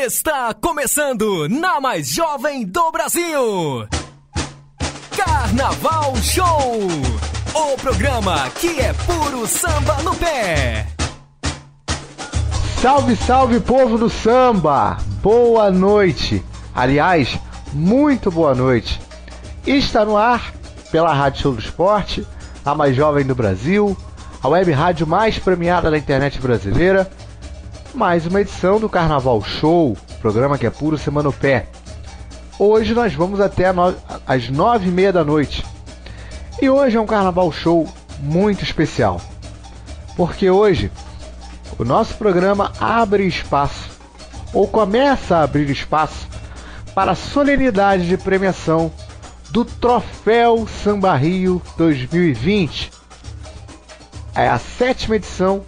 Está começando na mais jovem do Brasil, Carnaval Show, o programa que é puro samba no pé. Salve, salve, povo do samba! Boa noite! Aliás, muito boa noite! Está no ar, pela Rádio Show do Esporte, a mais jovem do Brasil, a web rádio mais premiada da internet brasileira, mais uma edição do Carnaval Show, programa que é puro samba no pé. Hoje nós vamos até às 9h30 da noite. E hoje é um Carnaval Show muito especial, porque hoje o nosso programa abre espaço, ou começa a abrir espaço, para a solenidade de premiação do Troféu Samba Rio 2020. É a 7ª edição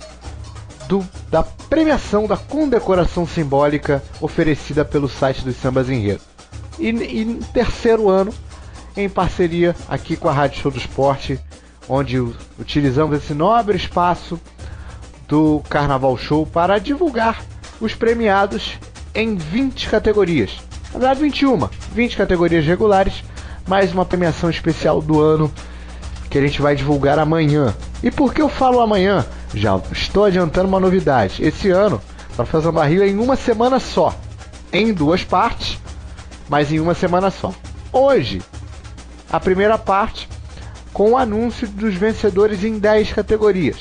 da premiação da condecoração simbólica oferecida pelo site dos Sambas Enredo. E no 3º ano, em parceria aqui com a Rádio Show do Esporte, onde utilizamos esse nobre espaço do Carnaval Show para divulgar os premiados em 20 categorias. Na verdade, 20 categorias regulares, mais uma premiação especial do ano que a gente vai divulgar amanhã. E por que eu falo amanhã? Já estou adiantando uma novidade. Esse ano, o Troféu Samba Rio é em uma semana só, em 2 partes, mas em uma semana só. Hoje, a primeira parte, com o anúncio dos vencedores em 10 categorias.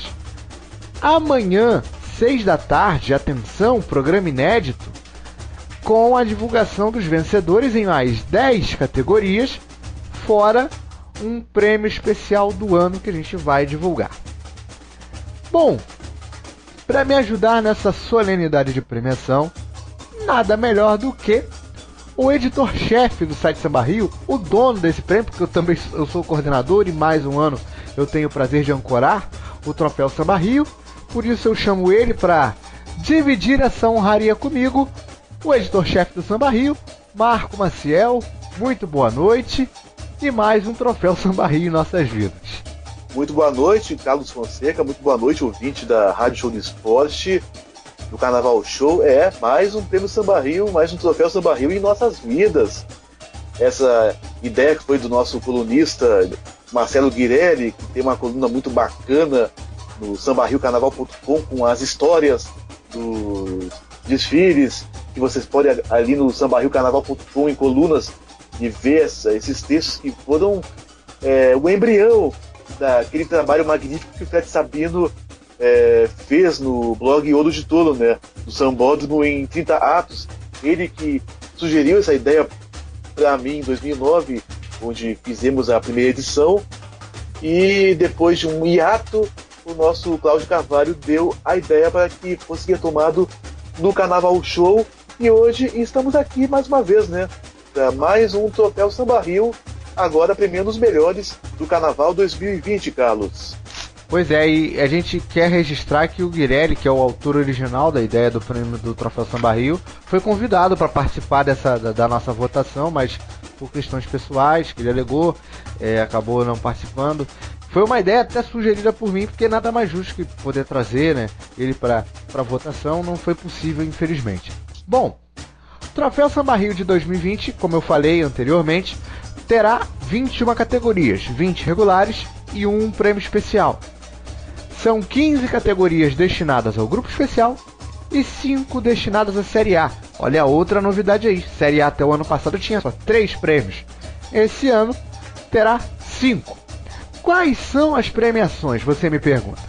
Amanhã, 6 da tarde, atenção, programa inédito, com a divulgação dos vencedores em mais 10 categorias, fora um prêmio especial do ano que a gente vai divulgar. Bom, para me ajudar nessa solenidade de premiação, nada melhor do que o editor-chefe do site Samba Rio, o dono desse prêmio, porque eu sou coordenador e mais um ano eu tenho o prazer de ancorar o Troféu Samba Rio, por isso eu chamo ele para dividir essa honraria comigo, o editor-chefe do Samba Rio, Marco Maciel. Muito boa noite e mais um Troféu Samba Rio em nossas vidas. Muito boa noite, Carlos Fonseca. Muito boa noite, ouvinte da Rádio Show do Esporte, do Carnaval Show. Mais um prêmio Samba Rio, mais um Troféu Samba Rio em nossas vidas. Essa ideia que foi do nosso colunista Marcelo Guirelli, que tem uma coluna muito bacana no sambarriocarnaval.com, com as histórias dos desfiles, que vocês podem ali no sambarriocarnaval.com, em colunas, e ver esses textos que foram o embrião daquele trabalho magnífico que o Fred Sabino fez no blog Ouro de Tolo, né, do Sambódromo em 30 atos. Ele que sugeriu essa ideia para mim em 2009, onde fizemos a primeira edição, e depois de um hiato, o nosso Cláudio Carvalho deu a ideia para que fosse retomado no Carnaval Show, e hoje estamos aqui mais uma vez, né, para mais um Troféu Samba Rio, agora premiando os melhores do Carnaval 2020, Carlos. Pois é, e a gente quer registrar que o Guirelli, que é o autor original da ideia do prêmio do Troféu Samba Rio, foi convidado para participar da nossa votação, mas por questões pessoais que ele alegou, acabou não participando. Foi uma ideia até sugerida por mim, porque nada mais justo que poder trazer, né, ele para votação. Não foi possível, infelizmente. Bom, o Troféu Samba Rio de 2020, como eu falei anteriormente, terá 21 categorias, 20 regulares e um prêmio especial. São 15 categorias destinadas ao grupo especial e 5 destinadas à Série A. Olha a outra novidade aí, Série A até o ano passado tinha só 3 prêmios. Esse ano terá 5. Quais são as premiações, você me pergunta?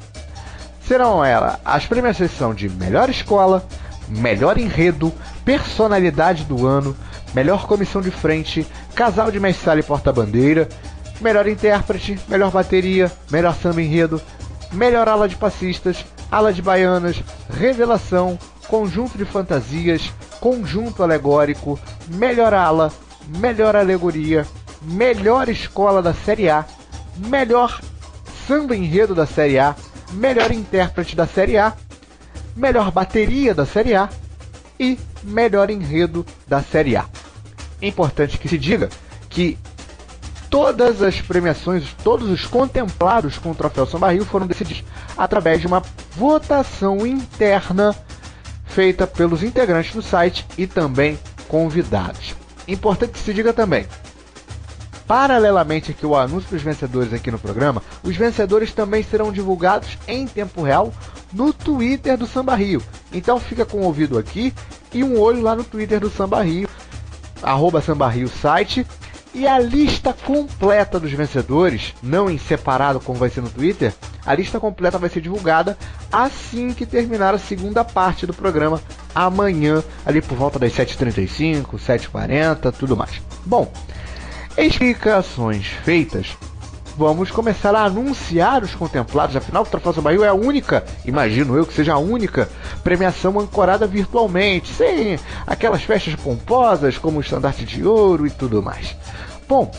Serão as premiações são de melhor escola, melhor enredo, personalidade do ano, melhor comissão de frente, casal de mestre e porta-bandeira, melhor intérprete, melhor bateria, melhor samba enredo, melhor ala de passistas, ala de baianas, revelação, conjunto de fantasias, conjunto alegórico, melhor ala, melhor alegoria, melhor escola da Série A, melhor samba enredo da Série A, melhor intérprete da Série A, melhor bateria da Série A e melhor enredo da Série A. É importante que se diga que todas as premiações, todos os contemplados com o Troféu Samba Rio foram decididos através de uma votação interna feita pelos integrantes do site e também convidados. Importante que se diga também, paralelamente aqui ao anúncio dos vencedores aqui no programa, os vencedores também serão divulgados em tempo real no Twitter do Samba Rio. Então fica com o ouvido aqui e um olho lá no Twitter do Samba Rio, @SambaRioSite, e a lista completa dos vencedores, não em separado como vai ser no Twitter, a lista completa vai ser divulgada assim que terminar a segunda parte do programa, amanhã, ali por volta das 7h35, 7h40, tudo mais. Bom, explicações feitas, vamos começar a anunciar os contemplados. Afinal, o Troféu Samba Rio é a única, imagino eu que seja a única, premiação ancorada virtualmente, sem aquelas festas pomposas como o Estandarte de Ouro e tudo mais. Bom,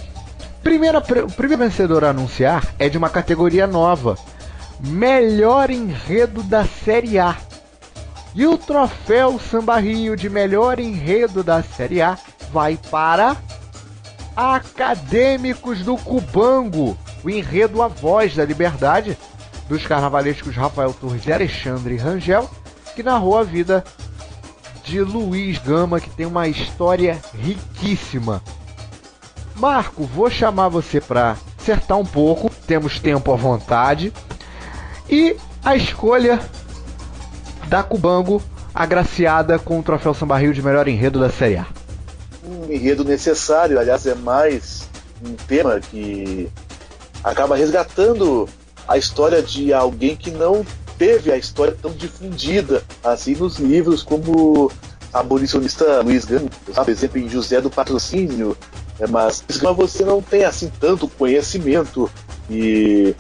o primeiro vencedor a anunciar é de uma categoria nova, Melhor Enredo da Série A. E o Troféu Samba Rio de Melhor Enredo da Série A vai para Acadêmicos do Cubango, o enredo A Voz da Liberdade, dos carnavalescos Rafael Torres e Alexandre Rangel, que narrou a vida de Luiz Gama, que tem uma história riquíssima. Marco, vou chamar você para acertar um pouco, temos tempo à vontade, e a escolha da Cubango, agraciada com o Troféu Samba Rio de Melhor Enredo da Série A. Um enredo necessário, aliás, é mais um tema que acaba resgatando a história de alguém que não teve a história tão difundida assim nos livros, como abolicionista Luiz Gama, por exemplo, em José do Patrocínio, mas você não tem assim tanto conhecimento. E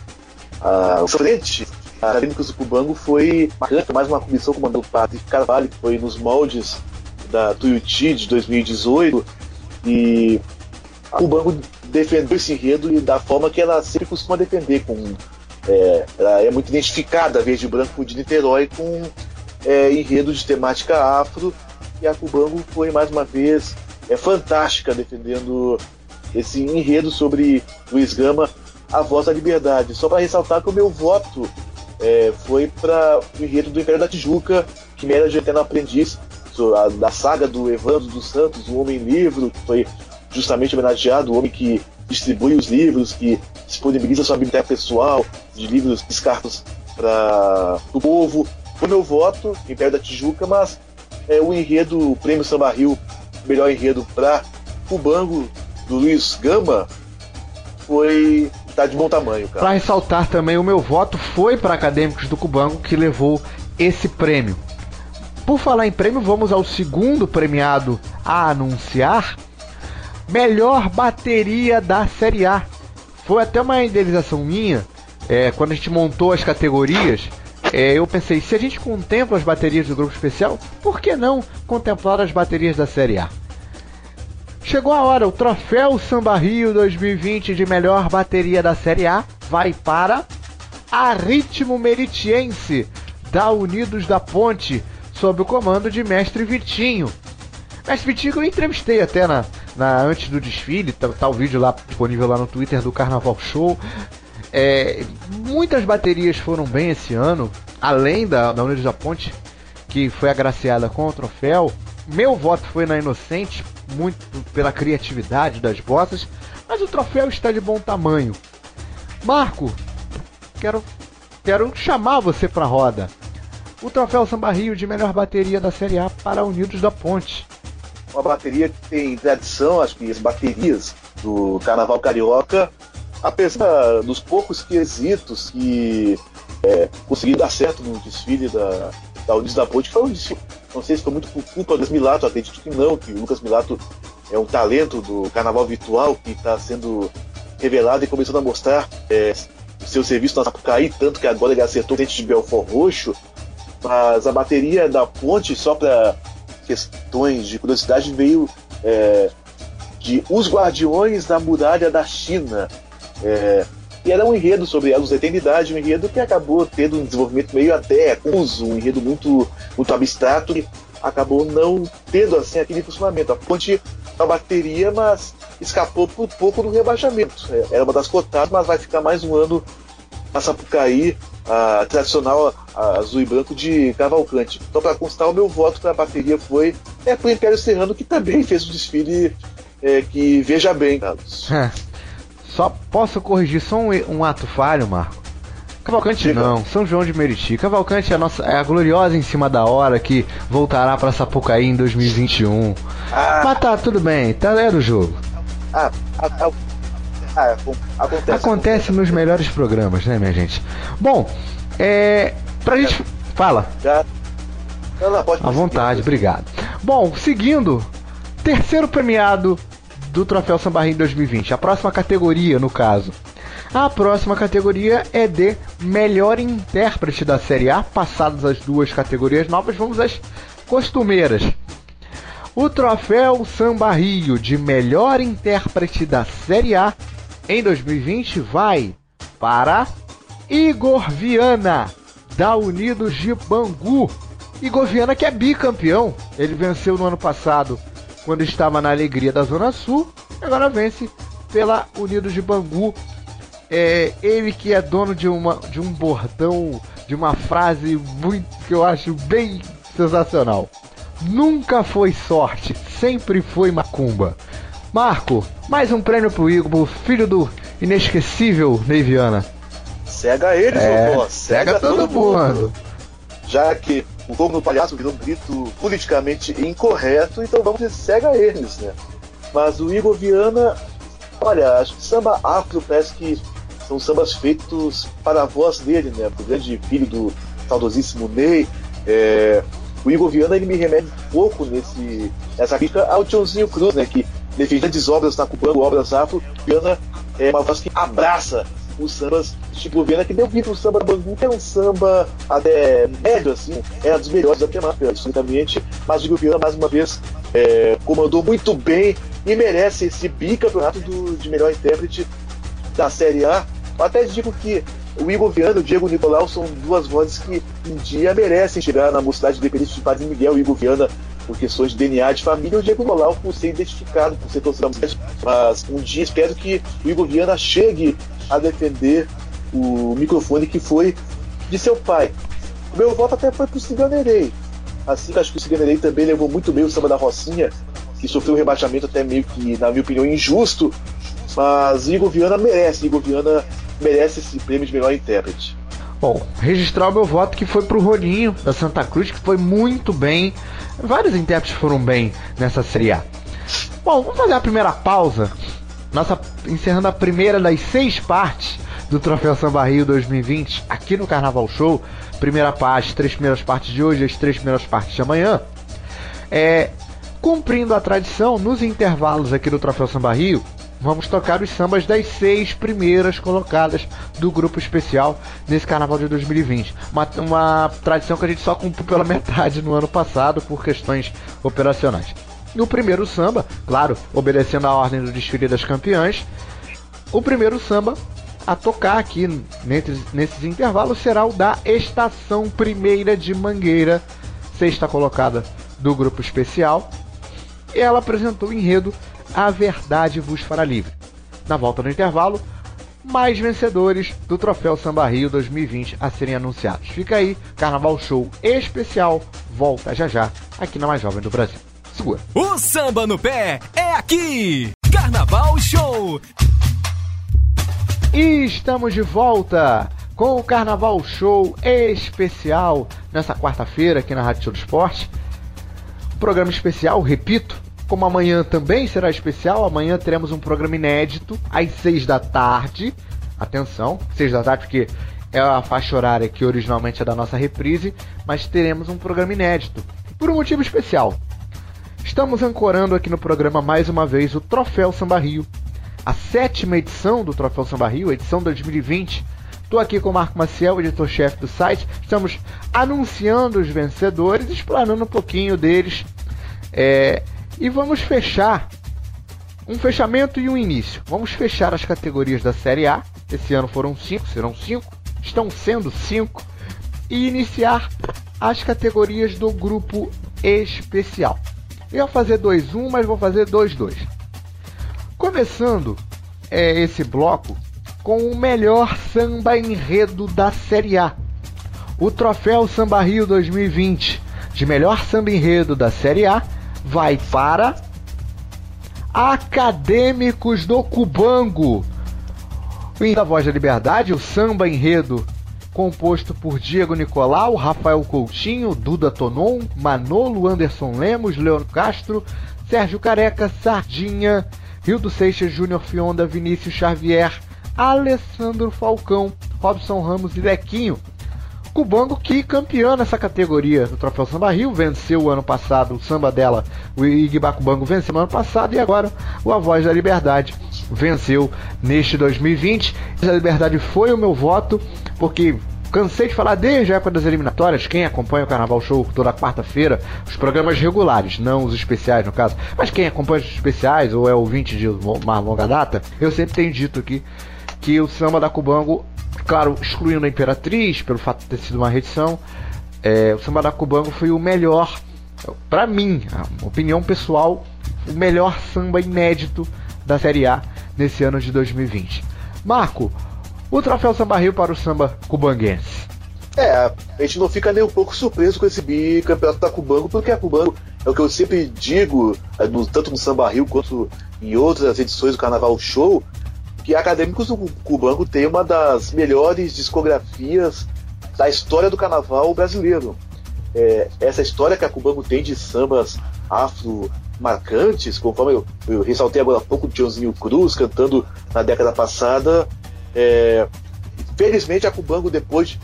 o frente Acadêmicos do Cubango foi marcante, mais uma comissão comandada pelo Padre Carvalho, que foi nos moldes da Tuiuti de 2018, e a Cubango defendeu esse enredo e da forma que ela sempre costuma defender, ela é muito identificada, a Verde Branco de Niterói, com enredo de temática afro, e a Cubango foi mais uma vez fantástica defendendo esse enredo sobre Luiz Gama, A Voz da Liberdade. Só para ressaltar que o meu voto foi para o enredo do Império da Tijuca, Quimera de Eterno Aprendiz, da saga do Evandro dos Santos, o Homem Livro, que foi justamente homenageado, o homem que distribui os livros, que disponibiliza sua biblioteca pessoal de livros descartos para o povo. Foi meu voto, Império da Tijuca, mas o enredo, o Prêmio Samba Rio, melhor enredo para Cubango, do Luiz Gama, tá de bom tamanho, cara. Para ressaltar também, o meu voto foi para Acadêmicos do Cubango, que levou esse prêmio. Por falar em prêmio, vamos ao segundo premiado a anunciar, Melhor Bateria da Série A. Foi até uma idealização minha, quando a gente montou as categorias, eu pensei, se a gente contempla as baterias do grupo especial, por que não contemplar as baterias da Série A? Chegou a hora, o Troféu Samba Rio 2020 de Melhor Bateria da Série A vai para a Ritmo Meritiense, da Unidos da Ponte, sob o comando de Mestre Vitinho. Mestre Vitinho eu entrevistei até antes do desfile, tá o vídeo lá disponível lá no Twitter do Carnaval Show. Muitas baterias foram bem esse ano, além da Unidos da Ponte, que foi agraciada com o troféu. Meu voto foi na Inocente, muito pela criatividade das bossas, mas o troféu está de bom tamanho. Marco, quero chamar você para a roda. O Troféu Samba Rio de Melhor Bateria da Série A para Unidos da Ponte. Uma bateria que tem tradição, acho que as baterias do Carnaval Carioca, apesar dos poucos quesitos que conseguiram dar certo no desfile da Unidos da Ponte, foi um desfile, não sei se foi muito por culpa do Lucas Milato, acredito que não, que o Lucas Milato é um talento do Carnaval virtual que está sendo revelado e começando a mostrar o seu serviço na Sapucaí, tanto que agora ele acertou o dente de Belfort Roxo. Mas a bateria da Ponte, só para questões de curiosidade, veio de Os Guardiões da Muralha da China. E era um enredo sobre a luz da eternidade, um enredo que acabou tendo um desenvolvimento meio até confuso, um enredo muito, muito abstrato, que acabou não tendo assim aquele funcionamento. A Ponte é uma bateria, mas escapou por pouco no rebaixamento. Era uma das cotadas, mas vai ficar mais um ano na Sapucaí, a tradicional azul e branco de Cavalcante. Então, para constar, o meu voto para a bateria foi pro Império Serrano, que também fez um desfile que veja bem, Carlos. Só posso corrigir só um ato falho, Marco. Cavalcante não, São João de Meriti. Cavalcante é a gloriosa em cima da hora que voltará para Sapucaí em 2021. Mas tá tudo bem, é do jogo. Acontece nos melhores programas, né, minha gente? Bom, pra gente... Fala. À vontade, obrigado. Bom, seguindo, terceiro premiado do Troféu Samba Rio 2020. A próxima categoria, no caso. A próxima categoria é de melhor intérprete da Série A. Passadas as duas categorias novas, vamos às costumeiras. O Troféu Samba Rio de melhor intérprete da Série A em 2020 vai para Igor Viana, da Unidos de Bangu. Igor Viana, que é bicampeão. Ele venceu no ano passado quando estava na Alegria da Zona Sul. Agora vence pela Unidos de Bangu. Ele que é dono de um bordão, de uma frase muito que eu acho bem sensacional. Nunca foi sorte, sempre foi macumba. Marco, mais um prêmio pro Igor, filho do inesquecível Ney Viana. Cega eles, vovó. Cega todo mundo. Já que o fogo no palhaço virou um grito politicamente incorreto, então vamos dizer cega eles, né? Mas o Igor Viana, olha, acho que samba afro parece que são sambas feitos para a voz dele, né? O grande filho do saudosíssimo Ney. O Igor Viana, ele me remete um pouco nessa crítica ao Tiozinho Cruz, né? Que defende grandes obras, está ocupando obras afro. Viana é uma voz que abraça os sambas tipo Viana, que deu vida o samba do Bangu, que é um samba até médio, assim, um dos melhores da temática, absolutamente. Mas o Igor Viana, mais uma vez, comandou muito bem e merece esse bicampeonato de melhor intérprete da Série A. Eu até digo que o Igor Viana e o Diego Nicolau são duas vozes que um dia merecem chegar na Mocidade Independente de Padre Miguel. O Igor Viana por questões de DNA de família, o Diego Nicolau por ser identificado, por ser torcedor. Mas um dia espero que o Igor Viana chegue a defender o microfone que foi de seu pai. O meu voto até foi pro Ciganerei. Assim, acho que o Ciganerei também levou muito bem o samba da Rocinha, que sofreu um rebaixamento até meio que, na minha opinião, injusto. Mas Igor Viana merece esse prêmio de melhor intérprete. Bom, registrar o meu voto que foi pro Roninho, da Santa Cruz, que foi muito bem. Vários intérpretes foram bem nessa Série A. Bom, vamos fazer a primeira pausa. Encerrando a primeira das 6 partes do Troféu Samba Rio 2020, aqui no Carnaval Show. Primeira parte, 3 primeiras partes de hoje, as 3 primeiras partes de amanhã. Cumprindo a tradição, nos intervalos aqui do Troféu Samba Rio, vamos tocar os sambas das 6 primeiras colocadas do grupo especial nesse Carnaval de 2020. Uma tradição que a gente só cumpriu pela metade no ano passado por questões operacionais. E o primeiro samba, claro, obedecendo a ordem do desfile das campeãs, o primeiro samba a tocar aqui nesses intervalos será o da Estação Primeira de Mangueira, 6ª colocada do grupo especial. E ela apresentou o enredo A Verdade Vos Fará Livre. Na volta do intervalo, mais vencedores do Troféu Samba Rio 2020 a serem anunciados. Fica aí, Carnaval Show especial, volta já aqui na Mais Jovem do Brasil. Segura. O samba no pé é aqui! Carnaval Show! E estamos de volta com o Carnaval Show especial nessa quarta-feira aqui na Rádio Show do Esporte. Programa especial, repito, como amanhã também será especial, amanhã teremos um programa inédito às 6 da tarde. Atenção, 6 da tarde porque é a faixa horária que originalmente é da nossa reprise, mas teremos um programa inédito por um motivo especial. Estamos ancorando aqui no programa mais uma vez o Troféu Samba Rio, a 7ª edição do Troféu Samba Rio, edição 2020. Estou aqui com o Marco Maciel, editor-chefe do site. Estamos anunciando os vencedores, explanando um pouquinho deles. E vamos fechar um fechamento e um início. Vamos fechar as categorias da Série A. Esse ano foram 5, serão 5, estão sendo 5. E iniciar as categorias do grupo especial. Eu ia fazer 2-1, mas vou fazer 2-2. Começando esse bloco com o melhor samba enredo da Série A. O troféu Samba Rio 2020 de melhor samba enredo da Série A vai para Acadêmicos do Cubango. Da Voz da Liberdade, o samba enredo composto por Diego Nicolau, Rafael Coutinho, Duda Tonon, Manolo, Anderson Lemos, Leandro Castro, Sérgio Careca, Sardinha, Rildo Seixas, Júnior Fionda, Vinícius Xavier, Alessandro Falcão, Robson Ramos e Lequinho. Cubango que campeão nessa categoria do Troféu Samba Rio, venceu o ano passado o samba dela, o Igba Cubango venceu no ano passado e agora o A Voz da Liberdade venceu neste 2020. A Liberdade foi o meu voto, porque cansei de falar desde a época das eliminatórias. Quem acompanha o Carnaval Show toda quarta-feira, os programas regulares, não os especiais no caso, mas quem acompanha os especiais ou é ouvinte de mais longa data, eu sempre tenho dito aqui que o samba da Cubango, claro, excluindo a Imperatriz, pelo fato de ter sido uma reedição, o samba da Cubango foi o melhor, pra mim, a opinião pessoal, o melhor samba inédito da Série A nesse ano de 2020. Marco, o troféu Samba Rio para o samba cubanguense. A gente não fica nem um pouco surpreso com esse bicampeonato da Cubango, porque a Cubango é o que eu sempre digo, tanto no Samba Rio quanto em outras edições do Carnaval Show, que Acadêmicos do Cubango tem uma das melhores discografias da história do carnaval brasileiro. Essa história que a Cubango tem de sambas afro-marcantes, conforme eu ressaltei agora há pouco, o Joãozinho Cruz cantando na década passada. Felizmente a Cubango, depois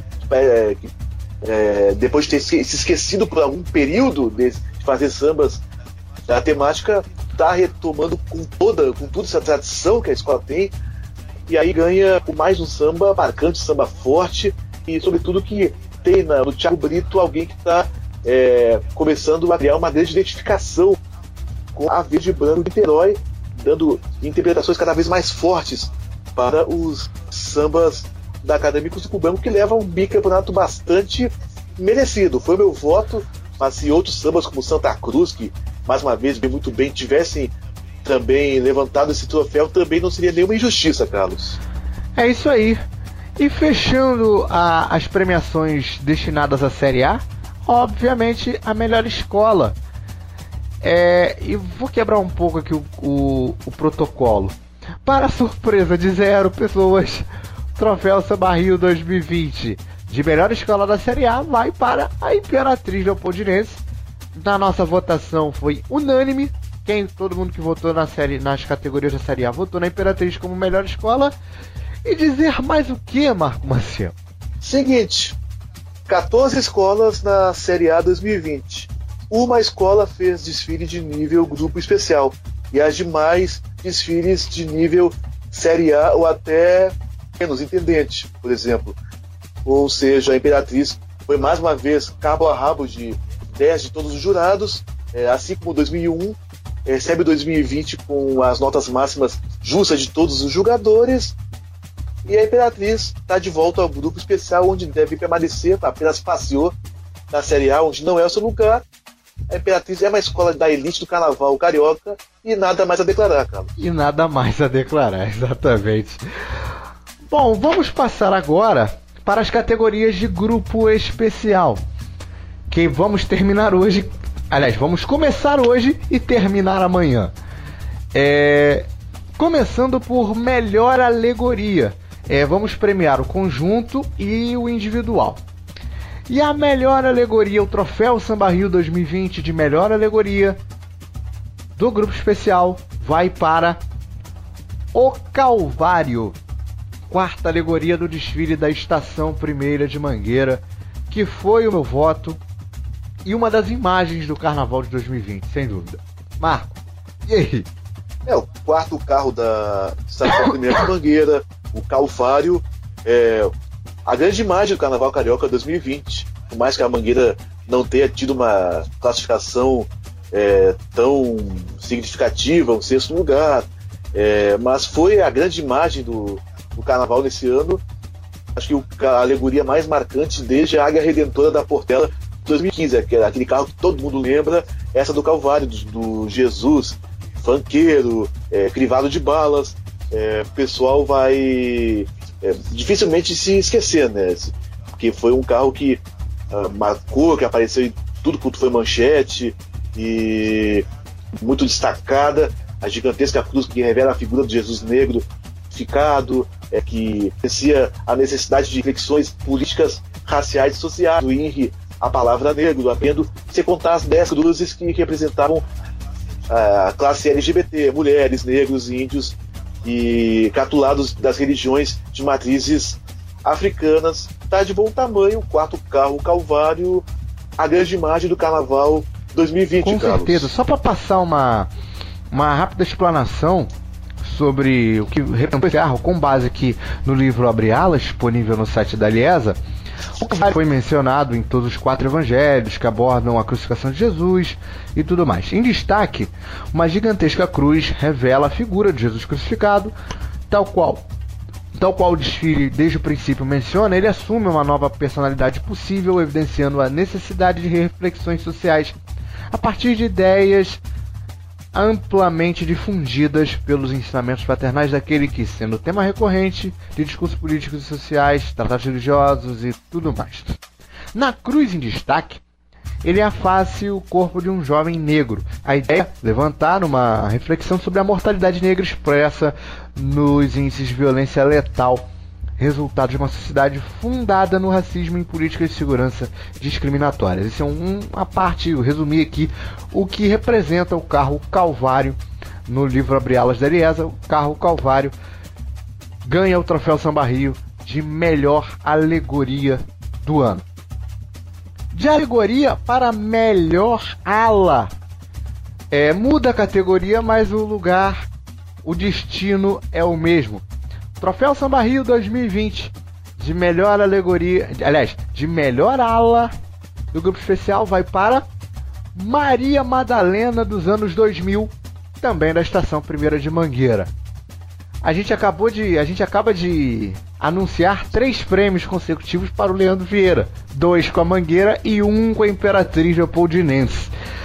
de ter se esquecido por algum período de fazer sambas, a temática está retomando com toda essa tradição que a escola tem. E aí ganha com mais um samba marcante, samba forte, e sobretudo que tem no Thiago Brito alguém que está começando a criar uma grande identificação com a Verde e Branco de Niterói, dando interpretações cada vez mais fortes para os sambas da Acadêmicos do Cubango, que levam um bicampeonato bastante merecido. Foi meu voto, mas se outros sambas como Santa Cruz, que mais uma vez muito bem, tivessem também levantado esse troféu, também não seria nenhuma injustiça, Carlos. É isso aí. E fechando as premiações destinadas à Série A, obviamente a melhor escola. E vou quebrar um pouco aqui o protocolo. Para surpresa de 0 pessoas, o troféu Samba Rio 2020 de melhor escola da Série A vai para a Imperatriz Leopoldinense. Na nossa votação foi unânime. Todo mundo que votou nas categorias da Série A votou na Imperatriz como melhor escola. E dizer mais o que, Marco Maciel? Seguinte, 14 escolas na Série A 2020. Uma escola fez desfile de nível grupo especial e as demais desfiles de nível Série A ou até menos intendente, por exemplo. Ou seja, a Imperatriz foi mais uma vez cabo a rabo de 10 de todos os jurados, assim como 2001 recebe 2020 com as notas máximas justas de todos os jogadores, e a Imperatriz está de volta ao grupo especial, onde deve permanecer, apenas passeou na Série A, onde não é o seu lugar. A Imperatriz é uma escola da elite do carnaval carioca e nada mais a declarar, Carlos. E nada mais a declarar, exatamente. Bom, vamos passar agora para as categorias de grupo especial, que vamos terminar hoje. Aliás, vamos começar hoje e terminar amanhã. Começando por melhor alegoria. Vamos premiar o conjunto e o individual. E a melhor alegoria, o troféu Samba Rio 2020 de melhor alegoria do grupo especial, vai para o Calvário, quarta alegoria do desfile da Estação Primeira de Mangueira, que foi o meu voto e uma das imagens do Carnaval de 2020, sem dúvida. Marco, e aí? O quarto carro da Estação Primeira de Mangueira, o Calvário, a grande imagem do Carnaval Carioca 2020. Por mais que a Mangueira não tenha tido uma classificação tão significativa, um 6º lugar, mas foi a grande imagem do Carnaval nesse ano. Acho que a alegoria mais marcante desde a Águia Redentora da Portela 2015, aquele carro que todo mundo lembra, essa do Calvário, do Jesus, funkeiro, crivado de balas. o pessoal vai dificilmente se esquecer, né? Porque foi um carro que marcou, que apareceu em tudo quanto foi manchete, e muito destacada, a gigantesca cruz que revela a figura de Jesus negro ficado, que parecia a necessidade de reflexões políticas, raciais e sociais, do INRI, a palavra negro, havendo se contar as 10 cruzes que representavam a classe LGBT, mulheres, negros, índios e catulados das religiões de matrizes africanas. Está de bom tamanho o quarto carro, o Calvário, a grande imagem do Carnaval 2020, Com Carlos. certeza. Só para passar uma rápida explanação sobre o que representa esse carro, com base aqui no livro Abre Alas, disponível no site da Aliesa, o que foi mencionado em todos os 4 evangelhos que abordam a crucificação de Jesus e tudo mais. Em destaque, uma gigantesca cruz revela a figura de Jesus crucificado, tal qual o desfile desde o princípio menciona. Ele assume uma nova personalidade possível, evidenciando a necessidade de reflexões sociais a partir de ideias amplamente difundidas pelos ensinamentos paternais daquele que, sendo tema recorrente de discursos políticos e sociais, tratados religiosos e tudo mais. Na cruz em destaque, ele aface o corpo de um jovem negro. A ideia é levantar uma reflexão sobre a mortalidade negra expressa nos índices de violência letal, resultado de uma sociedade fundada no racismo e em políticas de segurança discriminatórias. Isso é uma parte, eu resumi aqui o que representa o carro Calvário no livro Abre Alas da Aliesa. O carro Calvário ganha o troféu Samba Rio de melhor alegoria do ano. De alegoria para melhor ala. Muda a categoria, mas o destino é o mesmo. Troféu Samba Rio 2020 de melhor alegoria, aliás, de melhor ala do grupo especial vai para Maria Madalena dos anos 2000, também da estação Primeira de Mangueira. A gente acaba de anunciar 3 prêmios consecutivos para o Leandro Vieira, 2 com a Mangueira e 1 com a Imperatriz Leopoldinense.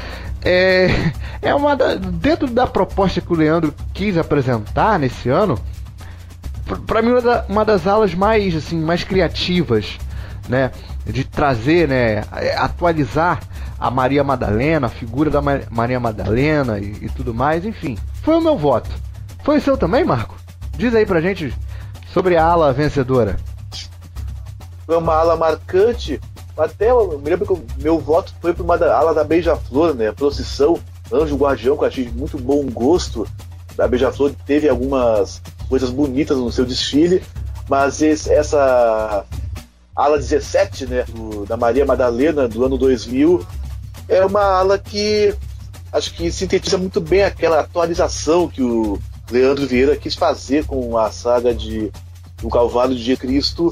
Dentro da proposta que o Leandro quis apresentar nesse ano, para mim uma das alas mais criativas, né, de trazer, né, atualizar a Maria Madalena, a figura da Maria Madalena e tudo mais, enfim, foi o meu voto. Foi o seu também, Marco? Diz aí pra gente sobre a ala vencedora. Foi uma ala marcante, até eu me lembro que o meu voto foi para uma ala da Beija-Flor, né, Procissão, Anjo Guardião, que eu achei de muito bom gosto. A Beija-Flor teve algumas coisas bonitas no seu desfile, mas essa ala 17, né, da Maria Madalena do ano 2000, é uma ala que acho que sintetiza muito bem aquela atualização que o Leandro Vieira quis fazer com a saga do Calvário de Jesus Cristo,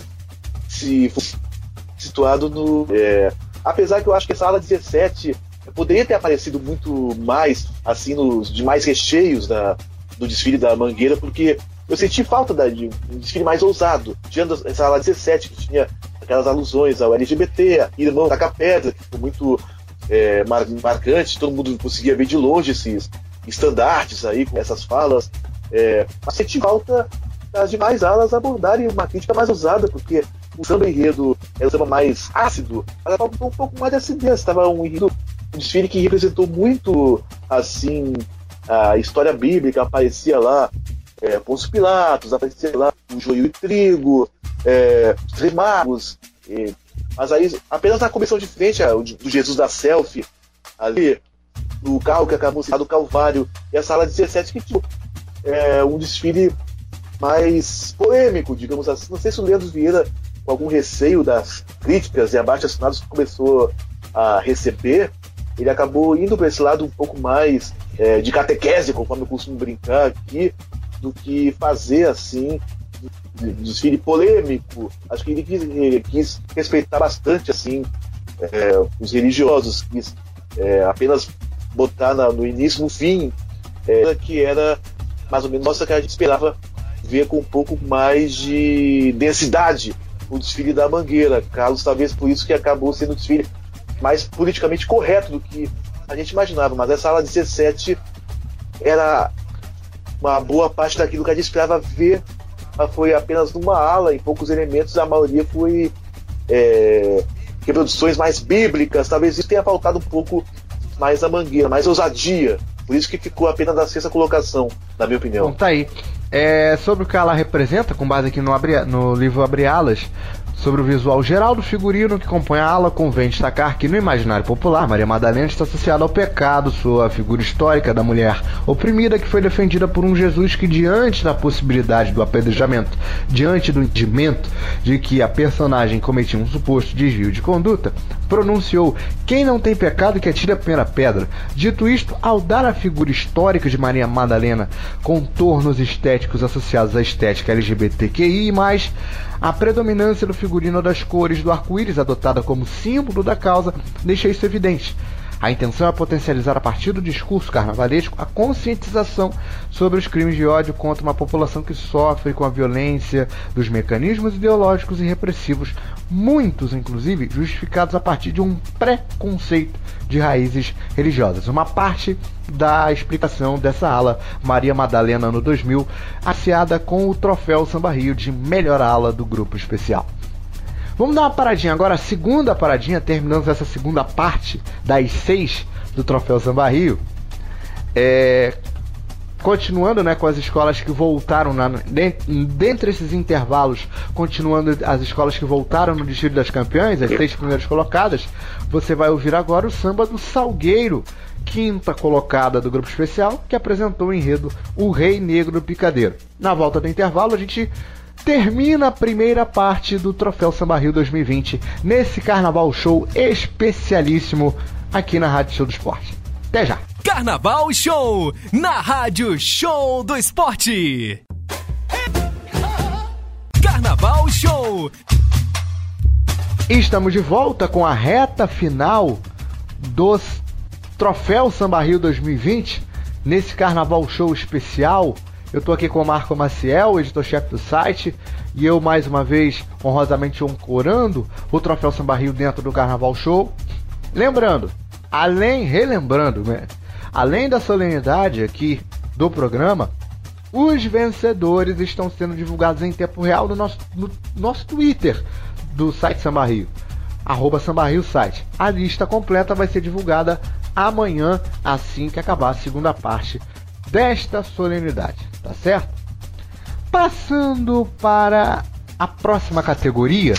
situado no... apesar que eu acho que essa ala 17 poderia ter aparecido muito mais assim nos demais recheios do desfile da Mangueira, porque eu senti falta de um desfile mais ousado, tirando essa ala 17 que tinha aquelas alusões ao LGBT, Irmão da Pedra, que foi muito marcante, todo mundo conseguia ver de longe esses estandartes aí com essas falas, mas senti falta das demais alas abordarem uma crítica mais ousada, porque o samba enredo era um samba mais ácido, mas faltou um pouco mais de acidez. Estava um desfile que representou muito assim a história bíblica. Aparecia lá Pôncio Pilatos, aparecia lá o joio e trigo, os Reis Magos, mas aí apenas na comissão de frente do Jesus da selfie, ali no carro que acabou sendo do Calvário, e a sala 17 que tinha um desfile mais polêmico, digamos assim. Não sei se o Leandro Vieira, com algum receio das críticas e abaixo-assinados que começou a receber, ele acabou indo para esse lado um pouco mais de catequese, conforme eu costumo brincar aqui, do que fazer assim desfile polêmico. Acho que ele quis respeitar bastante assim os religiosos, quis apenas botar no início, no fim, que era mais ou menos nossa que a gente esperava ver com um pouco mais de densidade o desfile da Mangueira. Carlos, talvez por isso que acabou sendo um desfile mais politicamente correto do que a gente imaginava, mas essa ala 17 era uma boa parte daquilo que a gente esperava ver foi apenas numa ala, em poucos elementos, a maioria foi reproduções mais bíblicas. Talvez isso tenha faltado um pouco mais a Mangueira, mais ousadia. Por isso que ficou apenas na 6ª colocação, na minha opinião. Bom, tá aí. Sobre o que ela representa, com base aqui no livro Abre Alas, sobre o visual geral do figurino que compõe a ala, convém destacar que no imaginário popular, Maria Madalena está associada ao pecado, sua figura histórica da mulher oprimida que foi defendida por um Jesus que, diante da possibilidade do apedrejamento, diante do entendimento de que a personagem cometia um suposto desvio de conduta, pronunciou: quem não tem pecado que atire a primeira pedra. Dito isto, ao dar à figura histórica de Maria Madalena contornos estéticos associados à estética LGBTQI+, a predominância do figurino das cores do arco-íris adotada como símbolo da causa deixa isso evidente. A intenção é potencializar a partir do discurso carnavalesco a conscientização sobre os crimes de ódio contra uma população que sofre com a violência dos mecanismos ideológicos e repressivos, muitos inclusive justificados a partir de um preconceito de raízes religiosas. Uma parte da explicação dessa ala Maria Madalena no 2000, associada com o troféu Samba Rio de melhor ala do grupo especial. Vamos dar uma paradinha agora, a segunda paradinha, terminando essa segunda parte das 6 do Troféu Samba Rio. Continuando, né, com as escolas que voltaram, dentre esses intervalos, continuando as escolas que voltaram no desfile das campeãs, as 6 primeiras colocadas, você vai ouvir agora o samba do Salgueiro, 5ª colocada do grupo especial, que apresentou o enredo O Rei Negro do Picadeiro. Na volta do intervalo, a gente termina a primeira parte do Troféu Samba Rio 2020 nesse Carnaval Show especialíssimo aqui na Rádio Show do Esporte. Até já! Carnaval Show na Rádio Show do Esporte. Carnaval Show. Estamos de volta com a reta final dos Troféu Samba Rio 2020 nesse Carnaval Show especial. Eu tô aqui com o Marco Maciel, editor-chefe do site, e eu mais uma vez honrosamente ancorando o Troféu Samba Rio dentro do Carnaval Show. Lembrando, além da solenidade aqui do programa, os vencedores estão sendo divulgados em tempo real no nosso Twitter do site Samba Rio, @SambaRioSite. A lista completa vai ser divulgada amanhã, assim que acabar a segunda parte desta solenidade, tá certo? Passando para a próxima categoria,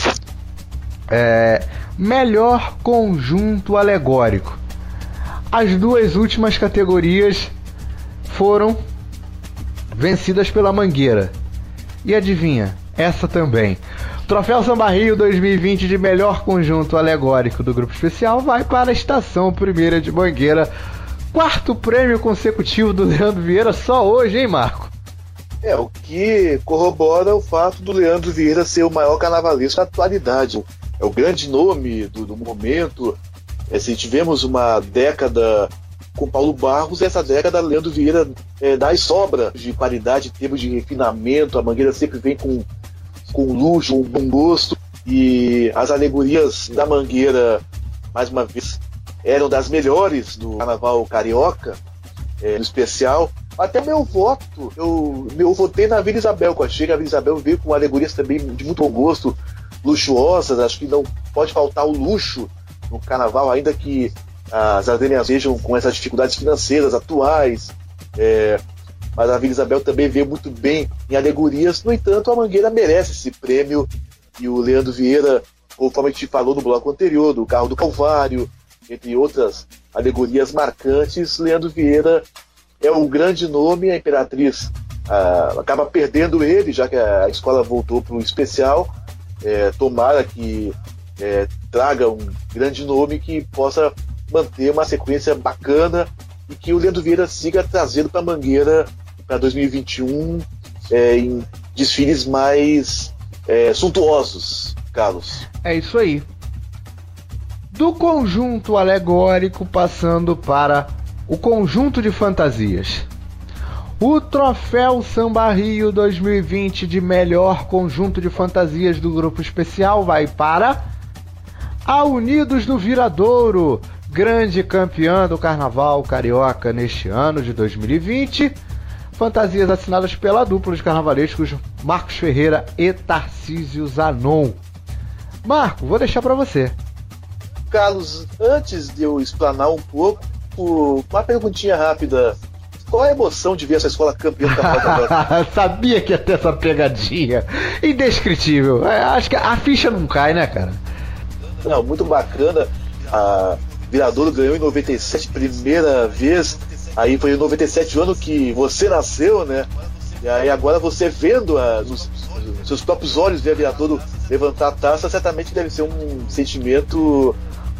melhor conjunto alegórico. As duas últimas categorias foram vencidas pela Mangueira. E adivinha, essa também. Troféu Samba Rio 2020 de melhor conjunto alegórico do grupo especial vai para a Estação Primeira de Mangueira. 4º prêmio consecutivo do Leandro Vieira só hoje, hein, Marco? O que corrobora o fato do Leandro Vieira ser o maior carnavalesco da atualidade. É o grande nome do momento. Se tivemos uma década com Paulo Barros, essa década Leandro Vieira dá sobra de qualidade, em termos de refinamento. A Mangueira sempre vem com luxo, com bom gosto. E as alegorias da Mangueira, mais uma vez, eram das melhores do Carnaval Carioca, no especial. Até meu voto, eu votei na Vila Isabel, que eu achei que a Vila Isabel veio com alegorias também de muito bom gosto, luxuosas. Acho que não pode faltar o luxo no Carnaval, ainda que as Ardênias vejam com essas dificuldades financeiras atuais. Mas a Vila Isabel também veio muito bem em alegorias. No entanto, a Mangueira merece esse prêmio, e o Leandro Vieira, conforme a gente falou no bloco anterior, do Carro do Calvário, entre outras alegorias marcantes, Leandro Vieira é um grande nome. A Imperatriz acaba perdendo ele, já que a escola voltou para o especial. Tomara que traga um grande nome que possa manter uma sequência bacana e que o Leandro Vieira siga trazendo para a Mangueira para 2021 em desfiles mais suntuosos, Carlos. É isso aí. Do conjunto alegórico, passando para o conjunto de fantasias. O Troféu Samba Rio 2020 de melhor conjunto de fantasias do grupo especial vai para a Unidos do Viradouro, grande campeã do Carnaval Carioca neste ano de 2020. fantasias assinadas pela dupla de carnavalescos Marcos Ferreira e Tarcísio Zanon. Marco, vou deixar para você. Carlos, antes de eu explanar um pouco, uma perguntinha rápida. Qual a emoção de ver essa escola campeã do Carnaval? Sabia que ia ter essa pegadinha. Indescritível. Acho que a ficha não cai, né, cara? Não, muito bacana. A Viradouro ganhou em 97, primeira vez. Aí foi em 97 o ano que você nasceu, né? E aí agora você vendo nos seus próprios olhos ver a Viradouro levantar a taça, certamente deve ser um sentimento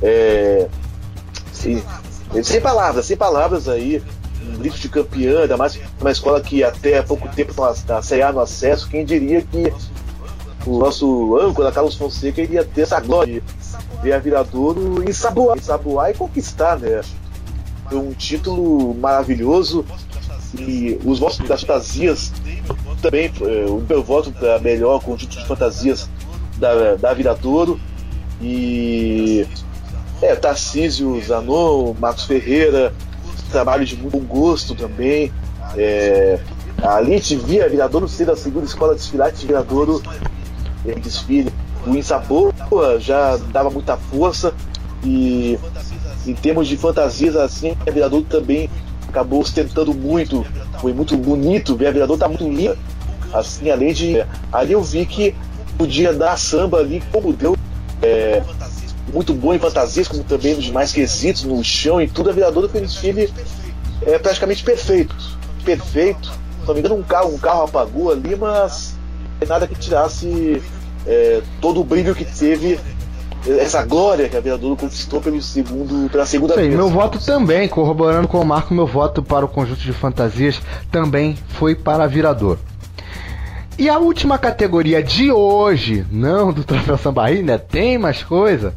sem palavras aí. Um grito de campeã, ainda mais uma escola que até há pouco tempo na Série A no acesso. Quem diria que o nosso âncora Carlos Fonseca iria ter essa glória de ver a Viradouro ensaboar e conquistar, né? Foi um título maravilhoso. E os votos das fantasias também, o meu voto para melhor conjunto de fantasias da Viradouro. E Tarcísio Zanon, Marcos Ferreira, trabalho de muito bom gosto também. Ali a gente via a Viradouro ser a segunda escola de desfilate de Viradouro em desfile. O Insaboa já dava muita força, e em termos de fantasias assim, a Viradouro também acabou ostentando muito. Foi muito bonito ver a Viradouro, tá muito linda assim, além de ali eu vi que podia dar samba ali como deu, muito bom em fantasias, como também nos demais quesitos, no chão e tudo. A Viradouro fez um desfile praticamente perfeito. Se não me engano, um carro apagou ali, mas nada que tirasse todo o brilho que teve, essa glória que a Viradouro conquistou pela segunda vez. Meu voto também, corroborando com o Marco, meu voto para o conjunto de fantasias também foi para a Viradouro. E a última categoria de hoje, não do Troféu Sambaí, ainda tem mais coisa.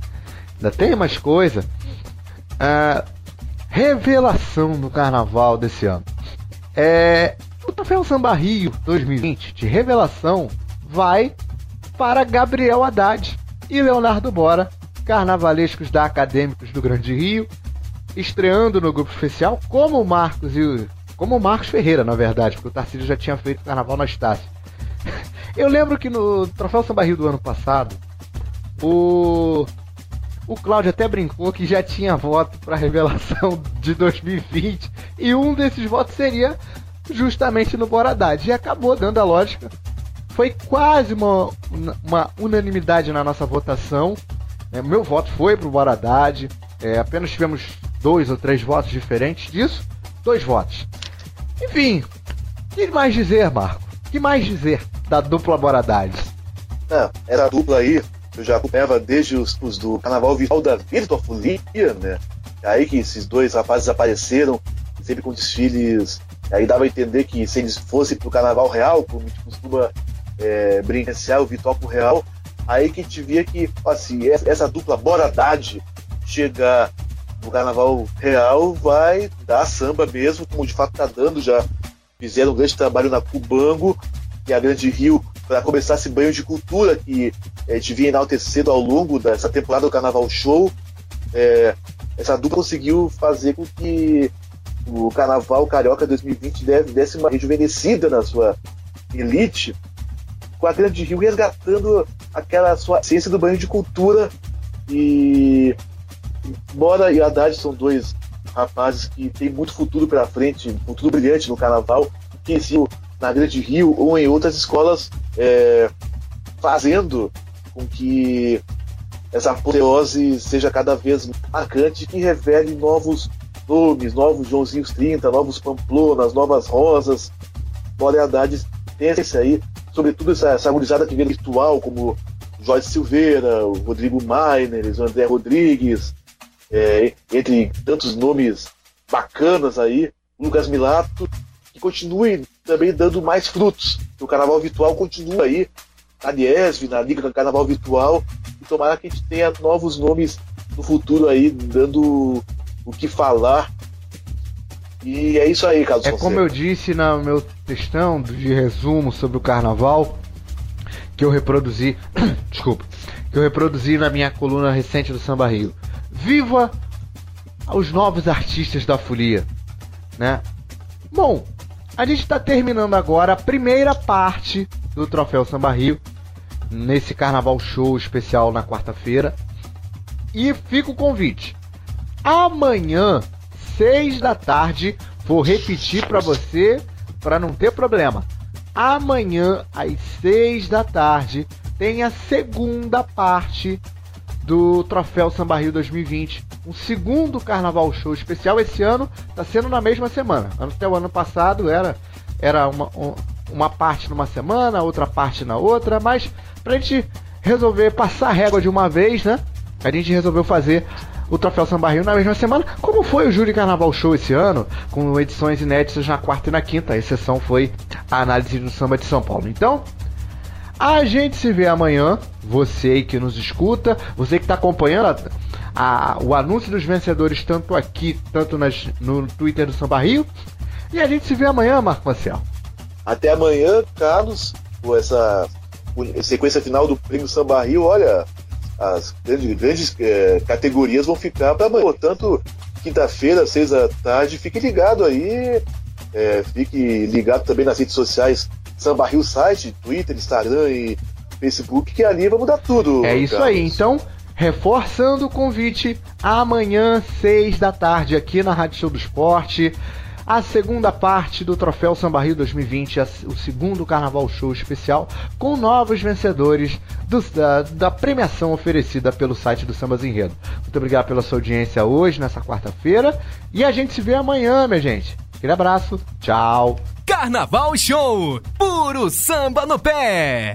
Revelação do carnaval desse ano. O Troféu Samba Rio 2020 de revelação vai para Gabriel Haddad e Leonardo Bora, carnavalescos da Acadêmicos do Grande Rio, estreando no grupo especial como o Marcos Ferreira, na verdade, porque o Tarcísio já tinha feito carnaval na Estácio. Eu lembro que no Troféu Samba Rio do ano passado, o Cláudio até brincou que já tinha voto para a revelação de 2020, e um desses votos seria justamente no Bora Haddad, e acabou dando a lógica. Foi quase uma unanimidade na nossa votação. Meu voto foi para o Bora Haddad. Apenas tivemos 2 ou 3 votos diferentes disso. 2 votos. Enfim, o que mais dizer, Marco? O que mais dizer da dupla Bora Haddad? Essa dupla aí eu já acompanhava desde os do Carnaval Virtual da Virtual Folia, né? Aí que esses dois rapazes apareceram, sempre com desfiles. Aí dava a entender que se eles fossem pro Carnaval Real, como a gente costuma brincar o virtual pro real, aí que a gente via que, assim, essa dupla Bora Haddad chegar no Carnaval Real vai dar samba mesmo, como de fato tá dando. Já fizeram um grande trabalho na Cubango e a Grande Rio para começar esse banho de cultura que a gente vinha enaltecendo ao longo dessa temporada do Carnaval Show. Essa dupla conseguiu fazer com que o Carnaval Carioca 2020 desse uma rejuvenescida na sua elite, com a Grande Rio resgatando aquela sua essência do banho de cultura. E Bora e Haddad são dois rapazes que têm muito futuro pela frente, um futuro brilhante no Carnaval, que se na Grande Rio ou em outras escolas, fazendo com que essa apoteose seja cada vez mais marcante, que revele novos nomes, novos Joãozinhos 30, novos Pamplonas, novas Rosas. Bora e Haddad tem esse aí, sobretudo essa gurizada que vem virtual, como o Jorge Silveira, o Rodrigo Mainer, o André Rodrigues, entre tantos nomes bacanas aí, o Lucas Milato, que continue também dando mais frutos. O Carnaval Virtual continua aí, na Liesv, na Liga do Carnaval Virtual, e tomara que a gente tenha novos nomes no futuro aí, dando o que falar. E é isso aí, Carlos Fonseca. Como eu disse no meu textão de resumo sobre o Carnaval, que eu reproduzi na minha coluna recente do Samba Rio. Viva os novos artistas da folia, né? Bom, a gente está terminando agora a primeira parte do Troféu Samba Rio, nesse Carnaval Show especial na quarta-feira. E fica o convite. Amanhã, 6 da tarde, vou repetir para você, para não ter problema. Amanhã, às 6 da tarde, tem a segunda parte do Troféu Samba Rio 2020. Um segundo Carnaval Show especial. Esse ano está sendo na mesma semana. Até o ano passado era uma parte numa semana, outra parte na outra. Mas pra gente resolver passar a régua de uma vez, né? A gente resolveu fazer o Troféu Samba Rio na mesma semana, como foi o Júri Carnaval Show esse ano, com edições inéditas na quarta e na quinta. A exceção foi a análise do samba de São Paulo. Então, a gente se vê amanhã. Você que nos escuta, você que está acompanhando o anúncio dos vencedores, tanto aqui, tanto no Twitter do Samba Rio. E a gente se vê amanhã, Marco Maciel. Até amanhã, Carlos, com essa sequência final do Prêmio Samba Rio. Olha, as grandes categorias vão ficar para amanhã. Portanto, quinta-feira, 6 da tarde, fique ligado aí. Fique ligado também nas redes sociais Samba Rio site, Twitter, Instagram e Facebook, que ali vai mudar tudo. É isso, Carlos. Aí, então, reforçando o convite, amanhã, 6 da tarde, aqui na Rádio Show do Esporte, a segunda parte do Troféu Samba Rio 2020, o segundo Carnaval Show especial, com novos vencedores da premiação oferecida pelo site do Sambas Enredo. Muito obrigado pela sua audiência hoje, nessa quarta-feira, e a gente se vê amanhã, minha gente. Aquele abraço, tchau. Carnaval Show, puro samba no pé.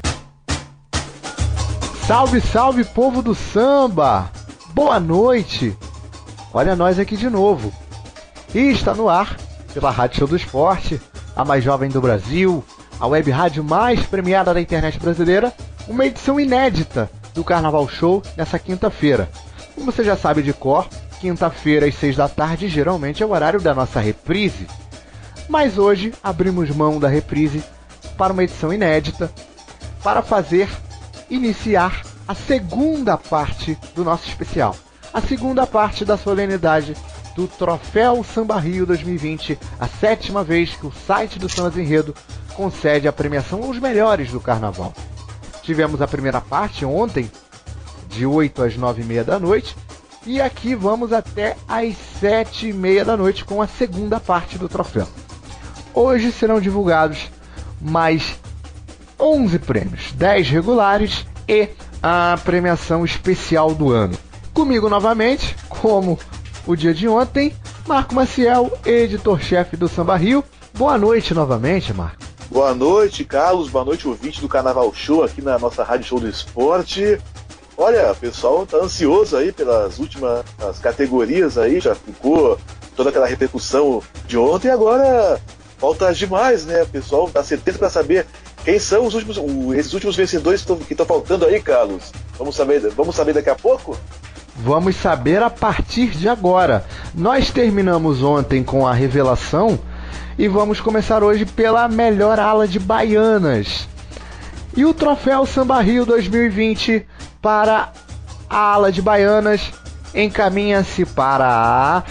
Salve, salve, povo do samba! Boa noite! Olha nós aqui de novo. E está no ar, pela Rádio Show do Esporte, a mais jovem do Brasil, a web rádio mais premiada da internet brasileira, uma edição inédita do Carnaval Show nessa quinta-feira. Como você já sabe de cor, quinta-feira às 6 da tarde geralmente é o horário da nossa reprise. Mas hoje abrimos mão da reprise para uma edição inédita, para iniciar a segunda parte do nosso especial. A segunda parte da solenidade do Troféu Samba Rio 2020, a 7ª vez que o site do Sambas Enredo concede a premiação aos melhores do Carnaval. Tivemos a primeira parte ontem, de 8 às 9h30 da noite, e aqui vamos até às 7h30 da noite com a segunda parte do troféu. Hoje serão divulgados mais 11 prêmios, 10 regulares e a premiação especial do ano. Comigo novamente, como o dia de ontem, Marco Maciel, editor-chefe do Samba Rio. Boa noite novamente, Marco. Boa noite, Carlos. Boa noite, ouvinte do Carnaval Show aqui na nossa Rádio Show do Esporte. Olha, o pessoal tá ansioso aí pelas últimas categorias aí, já ficou toda aquela repercussão de ontem, agora falta demais, né? O pessoal tá sedento para saber quem são esses últimos vencedores que estão faltando aí, Carlos. Vamos saber daqui a pouco? Vamos saber a partir de agora. Nós terminamos ontem com a revelação e vamos começar hoje pela melhor ala de baianas. E o Troféu Samba Rio 2020 para a ala de baianas encaminha-se para a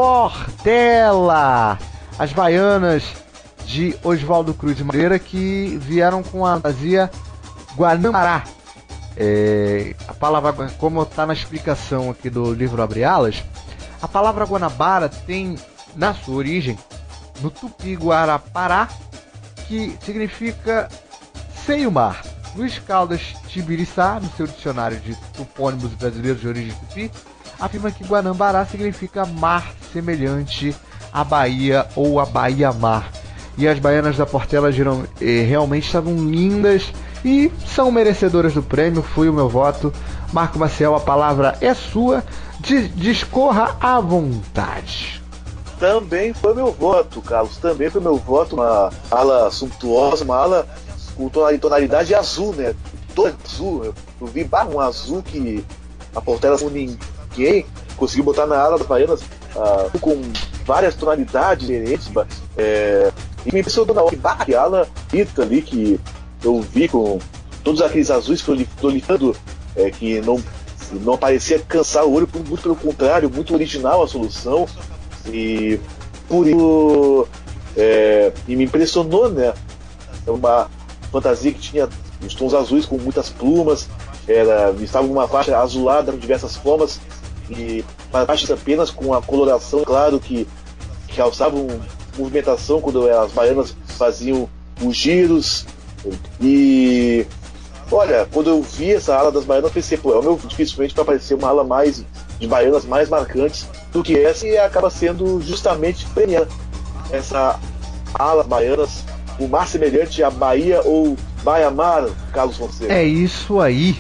Portela. As baianas de Oswaldo Cruz de Madeira, que vieram com a fantasia Guanambará. A palavra, como está na explicação aqui do livro Abre Alas, a palavra Guanabara tem na sua origem no Tupi-Guarapará, que significa seio-mar. Luiz Caldas Tibiriçá, no seu dicionário de topônimos brasileiros de origem tupi, afirma que Guanambará significa mar semelhante à Bahia ou à Bahia-Mar. E as baianas da Portela realmente estavam lindas e são merecedoras do prêmio. Foi o meu voto. Marco Maciel, a palavra é sua. Discorra à vontade. Também foi meu voto, Carlos. Também foi meu voto. Uma ala suntuosa, uma ala com tonalidade azul, né? Todo azul. Eu vi um azul que a Portela, com ninguém, conseguiu botar na ala das baianas com várias tonalidades diferentes. E me impressionou na hora que ala bonita ali, que eu vi com todos aqueles azuis florificando, que não parecia cansar o olho, muito pelo contrário, muito original a solução. E por isso E me impressionou, né? É uma fantasia que tinha os tons azuis com muitas plumas, estava uma faixa azulada com diversas formas, e faixas apenas com a coloração, claro, que causavam movimentação quando as baianas faziam os giros. E olha, quando eu vi essa ala das baianas, eu pensei, pô, é o meu dificilmente para aparecer uma ala mais de baianas mais marcantes do que essa, e acaba sendo justamente premiada essa ala baianas, o mais semelhante à Bahia ou Baiamar, Carlos Fonseca. É isso aí.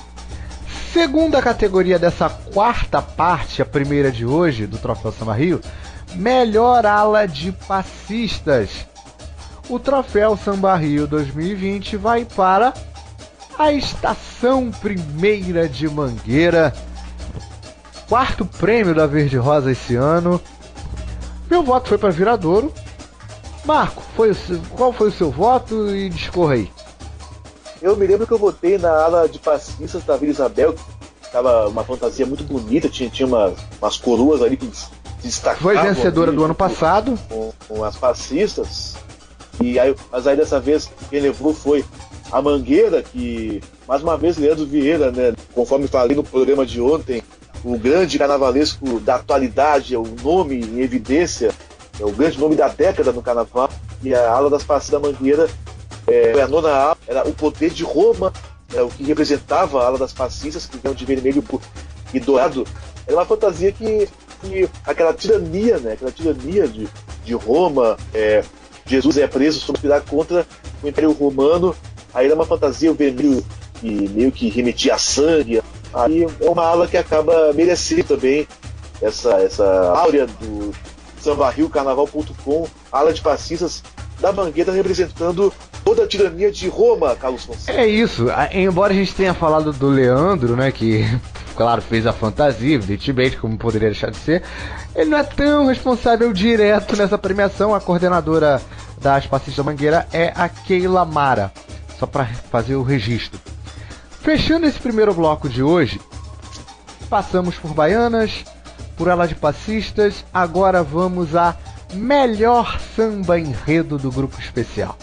Segunda categoria dessa quarta parte, a primeira de hoje, do Troféu Samba Rio, melhor ala de passistas. O Troféu Samba Rio 2020 vai para a Estação Primeira de Mangueira. Quarto prêmio da Verde Rosa esse ano. Meu voto foi para Viradouro. Marco, qual foi o seu voto e discorra aí? Eu me lembro que eu votei na ala de passistas da Vila Isabel, que estava uma fantasia muito bonita, tinha umas coroas ali que se destacavam. Foi vencedora do ano passado. Com as passistas. Mas aí dessa vez quem levou foi a Mangueira, que mais uma vez Leandro Vieira, né, conforme falei no programa de ontem, o grande carnavalesco da atualidade, é o nome em evidência, é o grande nome da década no carnaval, e a ala das passistas da Mangueira, a nona ala, era o poder de Roma, o que representava a ala das passistas, que eram de vermelho e dourado. Era uma fantasia que aquela tirania, né, de Roma, Jesus é preso sob conspirar contra o Império Romano. Aí era uma fantasia, o vermelho que meio que remetia a sangue. Aí é uma ala que acaba merecendo também essa áurea do sambarriocarnaval.com, ala de passistas da Mangueira, representando toda a tirania de Roma, Carlos Fonseca. É isso, embora a gente tenha falado do Leandro, né, que claro, fez a fantasia, evidentemente, como poderia deixar de ser, ele não é tão responsável direto nessa premiação. A coordenadora das passistas da Mangueira é a Keila Mara, só para fazer o registro. Fechando esse primeiro bloco de hoje, passamos por baianas, por ala de passistas, agora vamos a melhor samba enredo do grupo especial.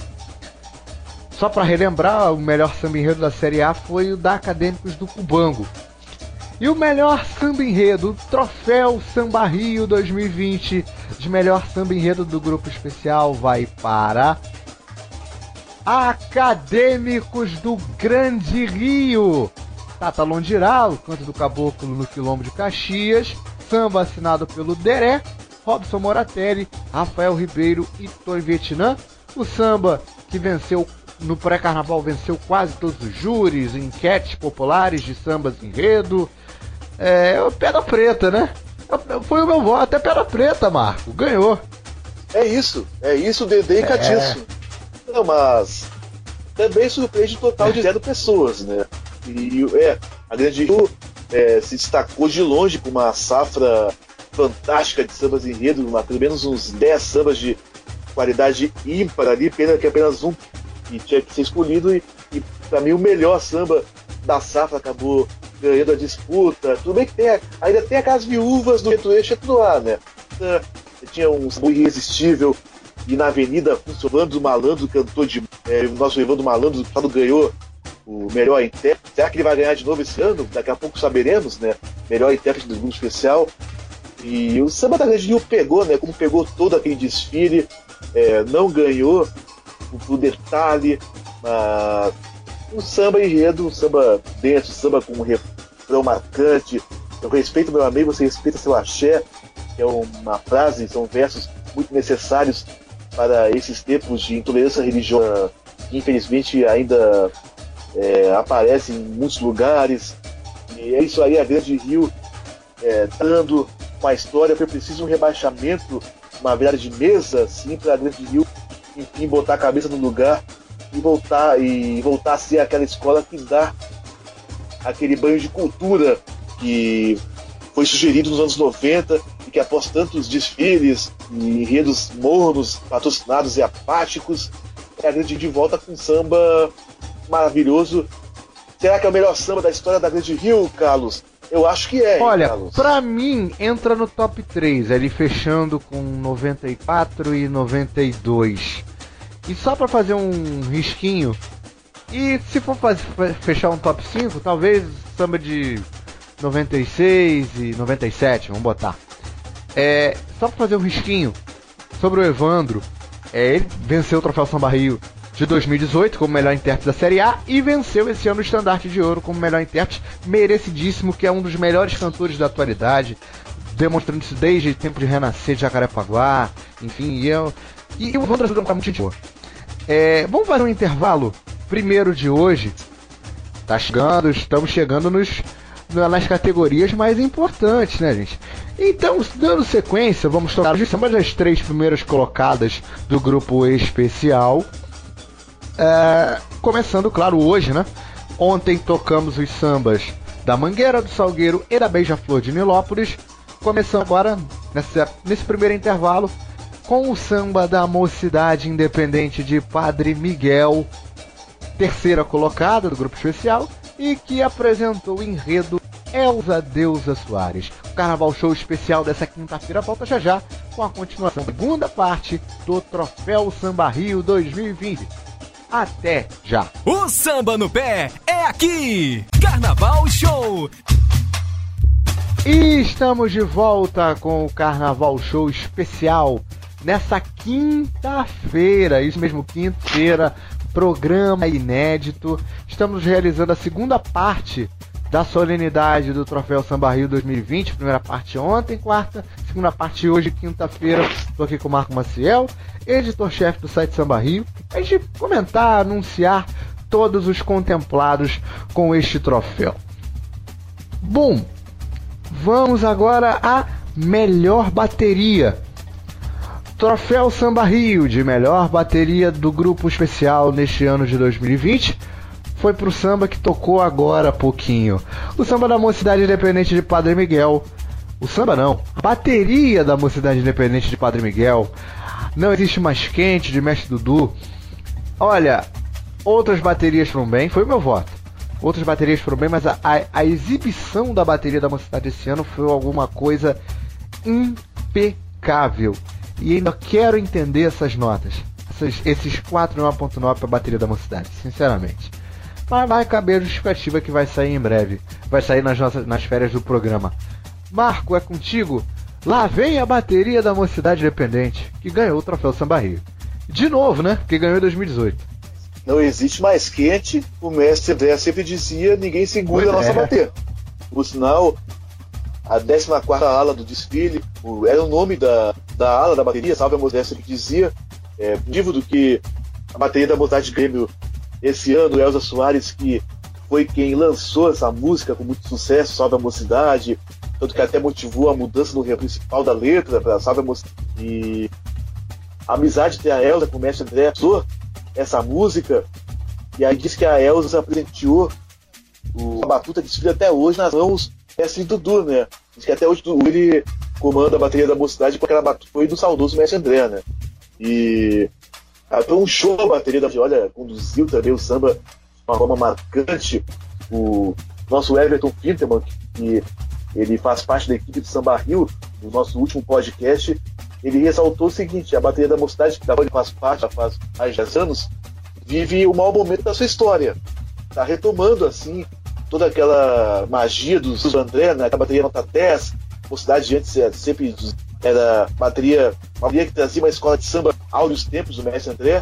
Só para relembrar, o melhor samba enredo da Série A foi o da Acadêmicos do Cubango. E o melhor samba enredo, o Troféu Samba Rio 2020, de melhor samba enredo do grupo especial, vai para Acadêmicos do Grande Rio. Tata Londirá, o Canto do Caboclo no Quilombo de Caxias, samba assinado pelo Deré, Robson Moratelli, Rafael Ribeiro e Tony Vietnã. O samba que venceu no pré-carnaval, venceu quase todos os júris, enquetes populares de sambas enredo. Pedra Preta, né? Foi o meu voto, até Pedra Preta, Marco, ganhou. É isso, dedicadíssimo. Não, mas também surpreende um total de 0 pessoas, né? E a Grande Rio se destacou de longe com uma safra fantástica de sambas enredo, pelo menos uns 10 sambas de qualidade ímpar ali, pena que apenas um que tinha que ser escolhido, e para mim o melhor samba da safra acabou ganhando a disputa. Tudo bem que ainda tem aquelas viúvas do Eixo tudo lá, né? Tinha um samba irresistível, e na Avenida funcionando o Malandro, cantor o nosso Evandro Malandro, ganhou o melhor intérprete. Será que ele vai ganhar de novo esse ano? Daqui a pouco saberemos, né? Melhor intérprete do grupo especial. E o samba da Grande Rio pegou, né? Como pegou todo aquele desfile, não ganhou por detalhe, mas um samba enredo, um samba denso, um samba com um refrão marcante. Eu respeito meu amigo, você respeita seu axé, que é uma frase, são versos muito necessários para esses tempos de intolerância religiosa que infelizmente ainda aparece em muitos lugares. E é isso aí, a Grande Rio dando uma história. Foi preciso um rebaixamento, uma virada de mesa assim, para a Grande Rio enfim botar a cabeça no lugar e voltar a ser aquela escola que dá aquele banho de cultura que foi sugerido nos anos 90 e que após tantos desfiles e enredos mornos, patrocinados e apáticos, a Grande Rio volta com um samba maravilhoso. Será que é o melhor samba da história da Grande Rio, Carlos? Eu acho que é. Olha, Carlos, pra mim, entra no top 3, ele fechando com 94 e 92. E só pra fazer um risquinho, e se for fechar um top 5, talvez samba de 96 e 97, vamos botar. Só pra fazer um risquinho sobre o Evandro, ele venceu o Troféu Samba Rio de 2018 como melhor intérprete da Série A e venceu esse ano o Estandarte de Ouro como melhor intérprete, merecidíssimo, que é um dos melhores cantores da atualidade, demonstrando isso desde o tempo de Renascer de Jacarepaguá, enfim, e o Evandro ajuda muito gente boa. Vamos fazer um intervalo primeiro de hoje, estamos chegando nas categorias mais importantes, né, gente? Então, dando sequência, vamos tocar de samba das 3 primeiras colocadas do grupo especial. Começando, claro, hoje, né? Ontem tocamos os sambas da Mangueira, do Salgueiro e da Beija-Flor de Nilópolis. Começando agora, nesse primeiro intervalo, com o samba da Mocidade Independente de Padre Miguel, terceira colocada do grupo especial, e que apresentou o enredo Elza Deusa Soares. O Carnaval Show especial dessa quinta-feira volta já com a continuação, segunda parte do Troféu Samba Rio 2020. Até já! O samba no pé é aqui! Carnaval Show! E estamos de volta com o Carnaval Show especial nessa quinta-feira, isso mesmo, quinta-feira, programa inédito. Estamos realizando a segunda parte da solenidade do Troféu Samba Rio 2020, primeira parte ontem, quarta, segunda parte hoje, quinta-feira. Estou aqui com o Marco Maciel, editor-chefe do site Samba Rio, a gente comentar, anunciar todos os contemplados com este troféu. Bom, vamos agora à melhor bateria. Troféu Samba Rio de melhor bateria do grupo especial neste ano de 2020 foi pro samba que tocou agora há pouquinho. O samba da Mocidade Independente de Padre Miguel. O samba não, a bateria da Mocidade Independente de Padre Miguel. Não Existe Mais Quente, de Mestre Dudu. Olha, outras baterias foram bem, foi o meu voto. Outras baterias foram bem, mas a exibição da bateria da Mocidade esse ano foi alguma coisa impecável. E ainda quero entender essas notas. Esses 4,9.9 para a bateria da Mocidade, sinceramente. Mas vai caber a justificativa que vai sair em breve. Vai sair nas férias do programa. Marco, é contigo? Lá vem a bateria da Mocidade Independente, que ganhou o Troféu Samba Rio. De novo, né? Que ganhou em 2018. Não existe mais quente. O mestre André sempre dizia: ninguém segura a nossa bateria. Por sinal, a 14ª ala do desfile era o nome da ala da bateria, salve a modéstia, que dizia, motivo do que a bateria da Mocidade Grêmio esse ano, Elza Soares, que foi quem lançou essa música com muito sucesso, Salve a Mocidade, tanto que até motivou a mudança no enredo principal da letra para Salve a Mocidade. E a amizade entre a Elza com o mestre André usou essa música, e aí diz que a Elza presenteou a batuta de desfile até hoje nas mãos do mestre Dudu, né? Diz que até hoje ele comanda a bateria da Mocidade com aquela batuta foi do saudoso mestre André, né? E foi um show a bateria da olha, conduziu também o samba de uma forma marcante. O nosso Everton Finterman, que ele faz parte da equipe do Samba Rio, no nosso último podcast, ele ressaltou o seguinte: a bateria da Mocidade, que da qual faz parte já faz mais de 10 anos, vive o maior momento da sua história. Está retomando assim toda aquela magia do André, né? A bateria nota 10, Mocidade antes sempre era bateria que trazia uma escola de samba áureos tempos do mestre André.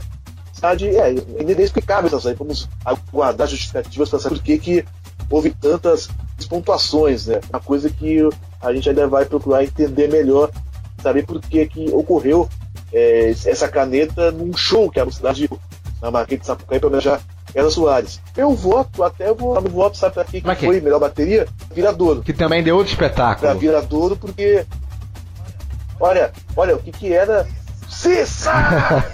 É inexplicável isso aí. Vamos aguardar justificativas para saber por que houve tantas despontuações, né? Uma coisa que a gente ainda vai procurar entender melhor, saber por que ocorreu essa caneta num show que a Mocidade na Marquês de Sapucaí para homenagear Elza Soares. Eu voto, sabe para quem que foi melhor bateria? Viradouro. Que também deu outro espetáculo. Para Viradouro, porque olha o que era Cessa!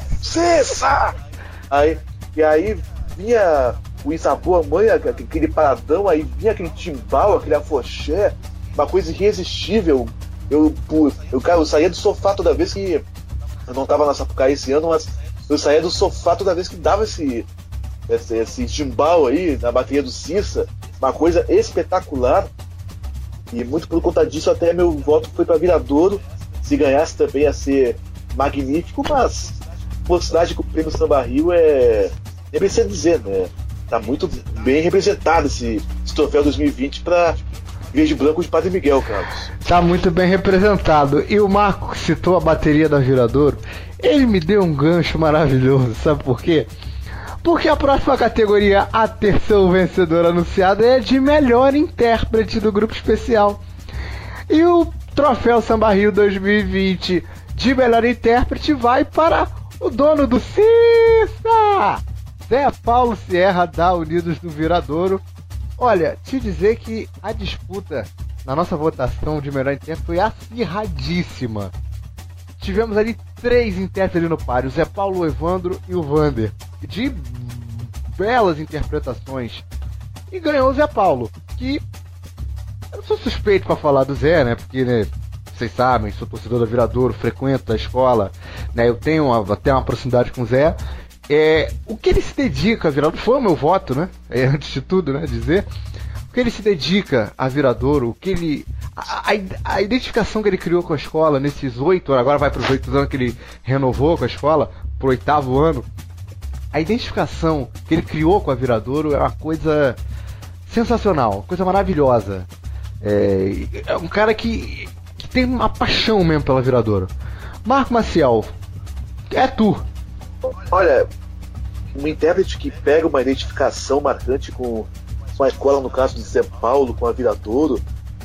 Aí vinha o Isaboa Mãe, aquele paradão, aí vinha aquele timbal, aquele afoxé, uma coisa irresistível. Eu saía do sofá toda vez que eu não tava na Sapucaí esse ano, mas eu saía do sofá toda vez que dava esse timbal aí na bateria do Cissa, uma coisa espetacular. E muito por conta disso, até meu voto foi para Viradouro. Se ganhasse também ia ser magnífico, mas mocidade com o prêmio Samba Rio nem precisa dizer, né? Tá muito bem representado esse troféu 2020 para Verde Branco de Padre Miguel, Carlos. Tá muito bem representado. E o Marco citou a bateria da Viradouro. Ele me deu um gancho maravilhoso, sabe por quê? Porque a próxima categoria a ter seu vencedor anunciado é de melhor intérprete do grupo especial. E o troféu Samba Rio 2020 de melhor intérprete vai para o dono do Cissa, Zé Paulo Sierra, da Unidos do Viradouro. Olha, te dizer que a disputa na nossa votação de melhor intérprete foi acirradíssima. Tivemos ali 3 intérpretes ali no páreo, o Zé Paulo, o Evandro e o Vander, de belas interpretações. E ganhou o Zé Paulo, que eu não sou suspeito pra falar do Zé, né? Porque, né, vocês sabem, sou torcedor da Viradouro, frequento a escola, né? Eu tenho até uma proximidade com o Zé. O que ele se dedica a Viradouro, foi o meu voto, né? Antes de tudo, né? Dizer. O que ele se dedica a Viradouro, o que ele... A identificação que ele criou com a escola nesses 8 anos, agora vai para os 8 anos que ele renovou com a escola, pro 8º ano. A identificação que ele criou com a Viradouro é uma coisa sensacional, uma coisa maravilhosa. É um cara que tem uma paixão mesmo pela Viradouro. Marco Maciel, é tu. Olha, um intérprete que pega uma identificação marcante com a escola, no caso de Zé Paulo, com a Viradouro,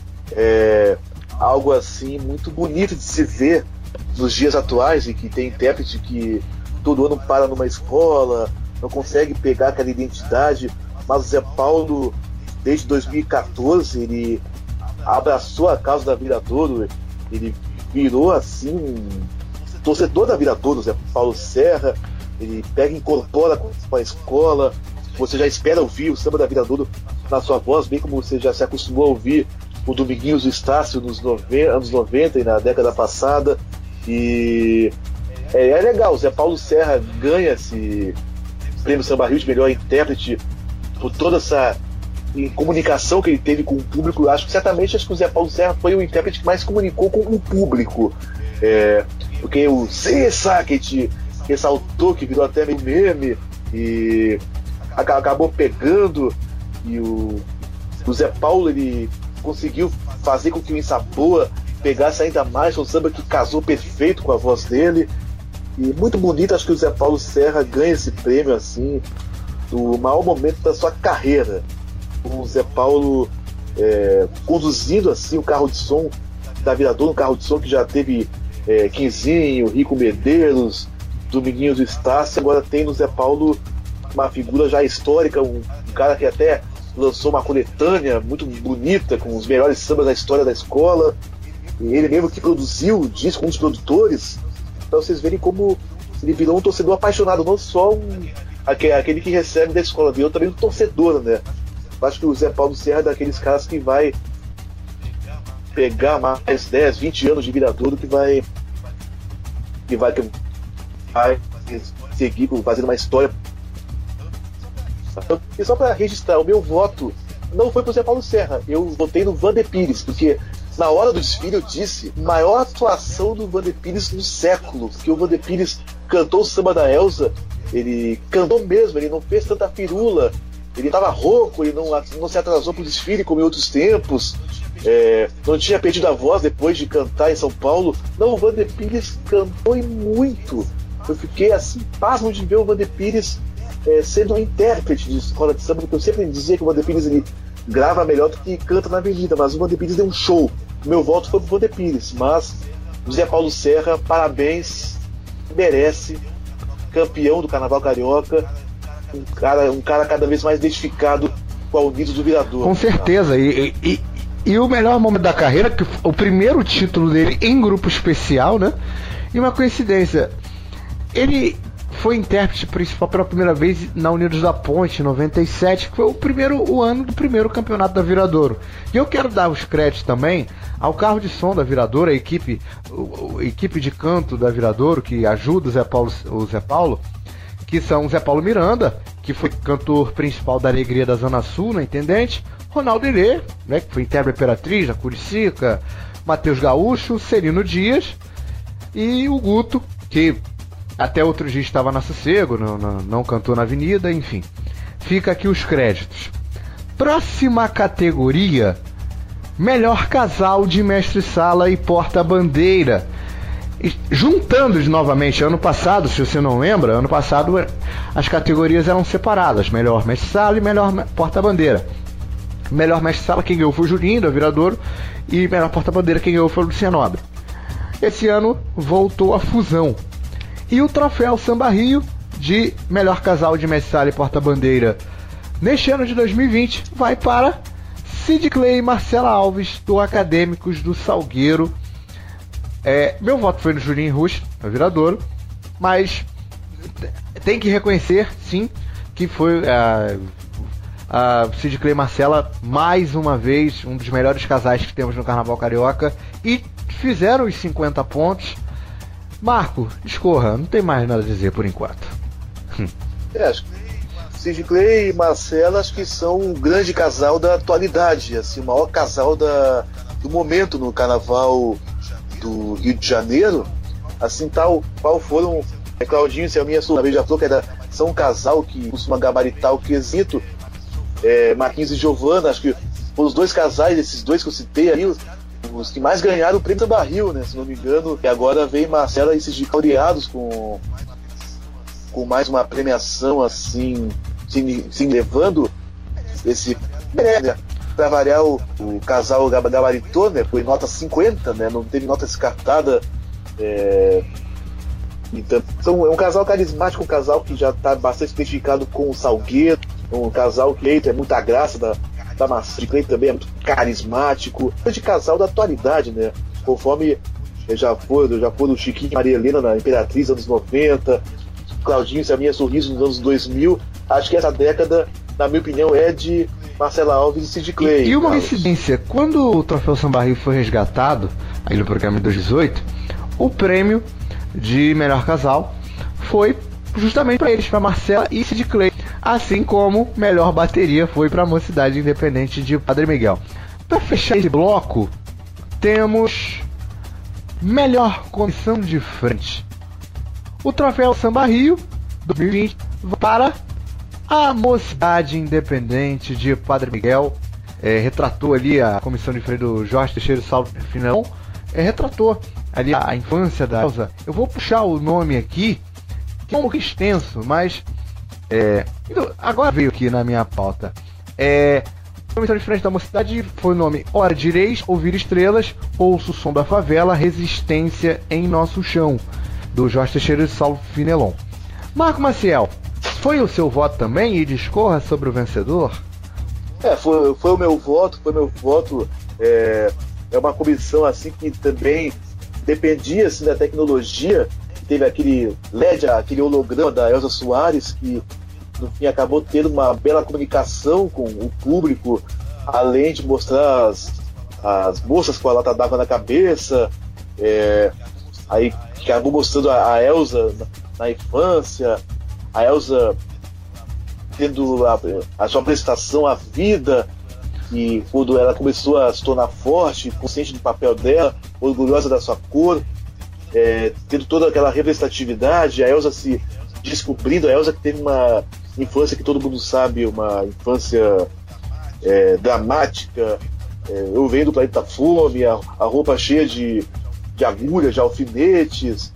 é algo assim muito bonito de se ver nos dias atuais, e que tem intérprete que todo ano para numa escola, não consegue pegar aquela identidade, mas o Zé Paulo, desde 2014, ele abraçou a causa da Viradouro, ele virou assim um torcedor da Viradouro. Zé Paulo Serra, ele pega e incorpora com a escola, você já espera ouvir o samba da Viradouro na sua voz, bem como você já se acostumou a ouvir o Dominguinhos do Estácio nos anos 90 e na década passada. E é legal, o Zé Paulo Serra ganha esse prêmio Samba Rio de melhor intérprete por toda essa comunicação que ele teve com o público. Eu acho que o Zé Paulo Serra foi o intérprete que mais comunicou com o público, porque o Cissa, que te ressaltou, que virou até meio meme e acabou pegando, e o Zé Paulo, ele conseguiu fazer com que o Insaboa pegasse ainda mais um samba que casou perfeito com a voz dele. E muito bonito, acho que o Zé Paulo Serra ganha esse prêmio assim, do maior momento da sua carreira. O Zé Paulo conduzindo assim o carro de som da Viradouro, um carro de som que já teve Quinzinho, Rico Medeiros, Dominguinhos do Estácio. Agora tem no Zé Paulo uma figura já histórica, um cara que até lançou uma coletânea muito bonita com os melhores sambas da história da escola, e ele mesmo que produziu o disco, um dos produtores. Então vocês verem como ele virou um torcedor apaixonado, não só aquele que recebe da escola, virou também um torcedor, né? Eu acho que o Zé Paulo Serra é daqueles caras que vai pegar mais 10, 20 anos de Viradouro, que vai seguir fazendo uma história. E só para registrar, o meu voto não foi pro Zé Paulo Serra, eu votei no Vander Pires, porque na hora do desfile eu disse, maior atuação do Vander Pires no século, porque o Vander Pires cantou o samba da Elza, ele cantou mesmo, ele não fez tanta firula, ele estava rouco, ele não se atrasou pro desfile como em outros tempos, não tinha perdido a voz depois de cantar em São Paulo. Não, o Vander Pires cantou e muito. Eu fiquei assim, pasmo de ver o Vander Pires sendo um intérprete de escola de samba, porque eu sempre dizia que o Vander Pires ele grava melhor do que canta na avenida, mas o Vander Pires deu um show. Meu voto foi pro Vander Pires, mas o Zé Paulo Serra, parabéns, merece, campeão do Carnaval Carioca, um cara cada vez mais identificado com a Unidos do Viradouro. Com certeza, e o melhor momento da carreira, que o primeiro título dele em grupo especial, né? E uma coincidência, ele foi intérprete principal pela primeira vez na Unidos da Ponte, em 97, que foi o ano do primeiro campeonato da Viradouro. E eu quero dar os créditos também ao carro de som da Viradouro, a equipe de canto da Viradouro, que ajuda o Zé Paulo, que são o Zé Paulo Miranda, que foi cantor principal da Alegria da Zona Sul, na Intendente, Ronaldo Irê, né, que foi Intérprete Imperatriz, da Curicica, Matheus Gaúcho, Celino Dias e o Guto, que até outro dia estava na Sossego, não cantou na Avenida, enfim. Fica aqui os créditos. Próxima categoria: melhor casal de mestre-sala e porta-bandeira. Juntando novamente, ano passado, se você não lembra, ano passado as categorias eram separadas: melhor mestre-sala e melhor porta-bandeira. Melhor mestre-sala quem ganhou foi o Julinho, da Viradouro, e melhor porta-bandeira quem ganhou foi o Luciano Nobre. Esse ano voltou a fusão. E o troféu Samba Rio de melhor casal de mestre-sala e porta-bandeira neste ano de 2020 vai para Sid Clay e Marcela Alves, do Acadêmicos do Salgueiro. Meu voto foi no Julinho Rush, na Viradouro, mas tem que reconhecer, sim, que foi a Sid Clay e Marcela, mais uma vez, um dos melhores casais que temos no Carnaval Carioca, e fizeram os 50 pontos. Marco, discorra, não tem mais nada a dizer por enquanto. Acho que Sid Clay e Marcela acho que são um grande casal da atualidade, assim, o maior casal do momento no Carnaval do Rio de Janeiro, assim, tal qual foram Claudinho e Selminha Sul, já falou que são um casal que costuma gabaritar o quesito. Marquinhos e Giovana, acho que foram os dois casais, esses dois que eu citei aí, os que mais ganharam o prêmio Samba Rio, né, se não me engano, e agora vem Marcela e Sid laureados com mais uma premiação, assim, se levando esse, para variar, o casal gabaritou, né, foi nota 50, né, não teve nota descartada, então é um casal carismático, um casal que já está bastante identificado com o Salgueiro, um casal que é muita graça da Sid Clay também é muito carismático, de casal da atualidade, né? Conforme já foi o Chiquinho e Maria Helena na Imperatriz anos 90, Claudinho e Selminha Sorriso nos anos 2000. Acho que essa década, na minha opinião, é de Marcela Alves e Sid Clay. E uma coincidência, quando o troféu Samba Rio foi resgatado, aí no programa de 2018, o prêmio de melhor casal foi justamente para eles, para Marcela e Sid Clay. Assim como melhor bateria foi para a Mocidade Independente de Padre Miguel. Para fechar esse bloco, temos melhor comissão de frente. O troféu Samba Rio 2020 para a Mocidade Independente de Padre Miguel. Retratou ali a comissão de frente do Jorge Teixeira e Saulo Finelon. Retratou ali a infância da Elza. Eu vou puxar o nome aqui, que é um pouco extenso, mas agora veio aqui na minha pauta. A comissão de frente da Mocidade foi o nome Hora de Ireis, Ouvir Estrelas, Ouço o Som da Favela, Resistência em Nosso Chão, do Jorge Teixeira e Saulo Finelon. Marco Maciel, foi o seu voto também, e discorra sobre o vencedor? Foi o meu voto, é uma comissão assim que também dependia assim, da tecnologia. Teve aquele LED, aquele holograma da Elza Soares, que no fim acabou tendo uma bela comunicação com o público, além de mostrar as moças com a lata d'água na cabeça, aí acabou mostrando a Elza na infância, a Elza tendo a sua prestação à vida, e quando ela começou a se tornar forte, consciente do papel dela, orgulhosa da sua cor, tendo toda aquela representatividade, a Elza se descobrindo, a Elza que teve uma infância que todo mundo sabe, uma infância dramática, eu venho do Planeta Fome, a roupa cheia de agulhas, de alfinetes,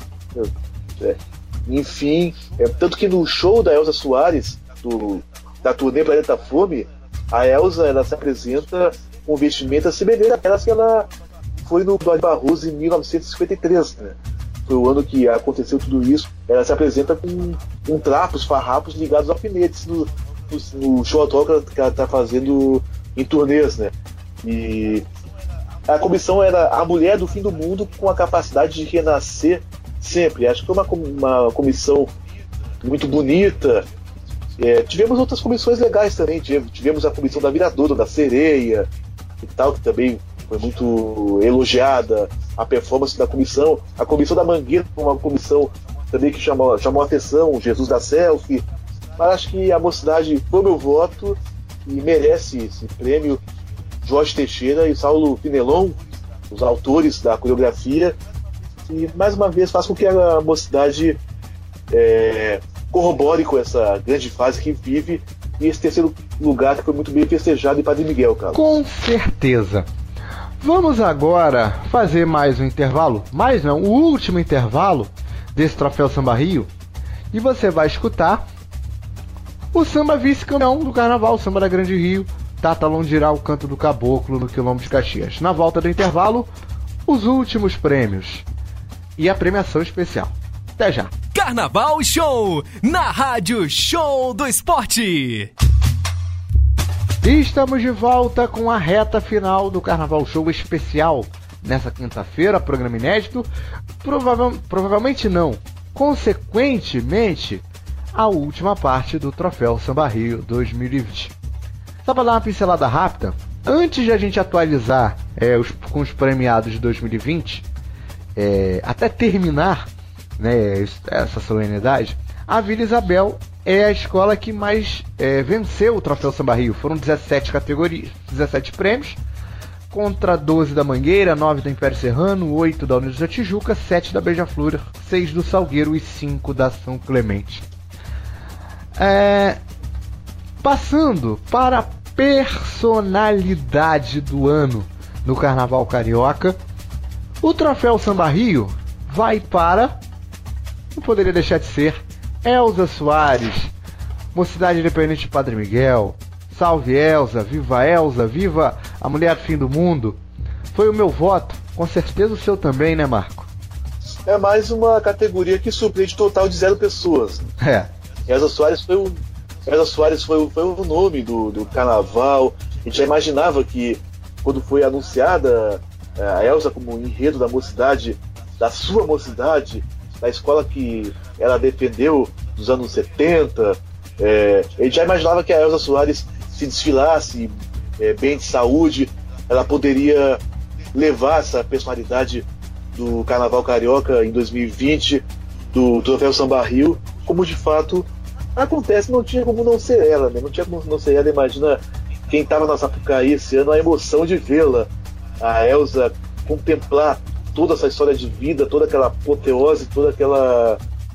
enfim, tanto que no show da Elza Soares, da turnê Planeta Fome, a Elza ela se apresenta com vestimenta semelhante àquelas que ela foi no Dória Barroso em 1953, né? Foi o ano que aconteceu tudo isso. Ela se apresenta com trapos, farrapos ligados a alfinetes no show atual que ela está fazendo em turnês, né? E a comissão era a mulher do fim do mundo com a capacidade de renascer sempre. Acho que foi uma comissão muito bonita. Tivemos outras comissões legais também. Tivemos a comissão da Viradouro, da Sereia e tal, que também foi muito elogiada, a performance da comissão. A comissão da Mangueira foi uma comissão também que chamou a atenção, Jesus da Selfie. Mas acho que a Mocidade foi meu voto, e merece esse prêmio. Jorge Teixeira e Saulo Pinelon, os autores da coreografia, e mais uma vez faz com que a mocidade corrobore com essa grande fase que vive, e esse terceiro lugar que foi muito bem festejado em Padre Miguel, Carlos. Com certeza. Vamos agora fazer mais um intervalo, mais não, o último intervalo desse Troféu Samba Rio, e você vai escutar o samba vice-campeão do Carnaval, o Samba da Grande Rio, Tata Londirá, o Canto do Caboclo, no Quilombo de Caxias. Na volta do intervalo, os últimos prêmios e a premiação especial. Até já! Carnaval Show, na Rádio Show do Esporte. E estamos de volta com a reta final do Carnaval Show especial. Nessa quinta-feira, programa inédito, provavelmente não, consequentemente, a última parte do Troféu Samba Rio 2020. Só para dar uma pincelada rápida, antes de a gente atualizar com os premiados de 2020, até terminar, né, essa solenidade, a Vila Isabel é a escola que mais venceu o Troféu Samba Rio. Foram 17 categorias, 17 prêmios, contra 12 da Mangueira, 9 da Império Serrano, 8 da Unidos da Tijuca, 7 da Beija-Flor, 6 do Salgueiro e 5 da São Clemente. Passando para a personalidade do ano no Carnaval Carioca, o Troféu Samba Rio vai para, não poderia deixar de ser, Elza Soares, Mocidade Independente de Padre Miguel. Salve Elza, viva a mulher do fim do mundo. Foi o meu voto, com certeza o seu também, né, Marco? É mais uma categoria que surpreende total de 0 pessoas. Elza Soares foi o nome do carnaval. A gente já imaginava que, quando foi anunciada a Elza como enredo da mocidade, da sua mocidade, da escola que ela defendeu dos anos 70, a gente já imaginava que a Elza Soares, se desfilasse bem de saúde, ela poderia levar essa personalidade do Carnaval Carioca em 2020, do Troféu Samba Rio, como de fato acontece. Não tinha como não ser ela, né? Não tinha como não ser ela. Imagina quem estava na Sapucaí esse ano, a emoção de vê-la, a Elza contemplar toda essa história de vida, toda aquela apoteose, toda aquela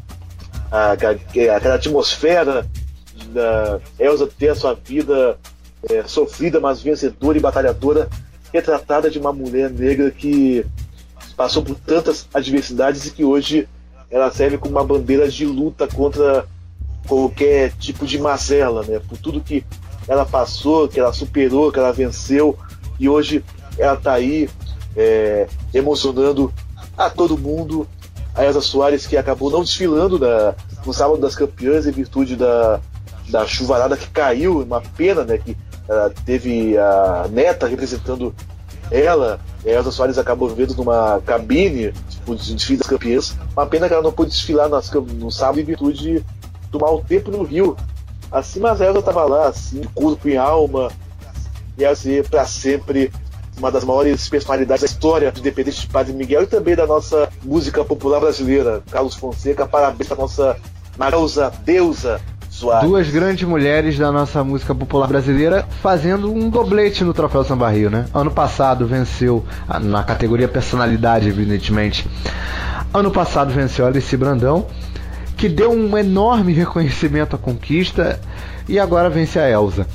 atmosfera da Elza ter a sua vida sofrida, mas vencedora e batalhadora, retratada de uma mulher negra que passou por tantas adversidades e que hoje ela serve como uma bandeira de luta contra qualquer tipo de mazela, né? Por tudo que ela passou, que ela superou, que ela venceu, e hoje ela está aí emocionando a todo mundo. A Elza Soares, que acabou não desfilando no Sábado das Campeãs em virtude da chuvarada que caiu, uma pena, né, que teve a neta representando ela. A Elza Soares acabou vendo numa cabine o desfile das campeãs. Uma pena que ela não pôde desfilar no sábado em virtude do mau tempo no Rio. Assim, mas a Elza estava lá, assim, corpo e alma, e ela seria para sempre uma das maiores personalidades da história do Independente de Padre Miguel e também da nossa música popular brasileira. Carlos Fonseca, parabéns para nossa Elza Deusa Soares. Duas grandes mulheres da nossa música popular brasileira fazendo um doblete no Troféu Samba Rio, né? Ano passado venceu, na categoria personalidade, evidentemente, ano passado venceu a Alice Brandão, que deu um enorme reconhecimento à conquista, e agora vence a Elza.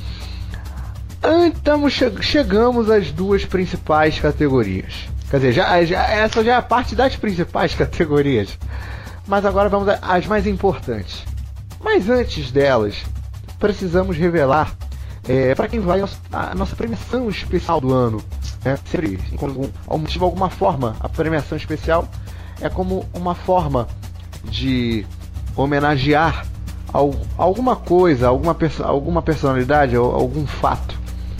Então chegamos às duas principais categorias. Quer dizer, essa já é a parte das principais categorias. Mas agora vamos às mais importantes. Mas antes delas, precisamos revelar para quem vai a nossa premiação especial do ano. Sempre, de alguma forma, a premiação especial é como uma forma de homenagear alguma coisa, alguma personalidade, algum fato.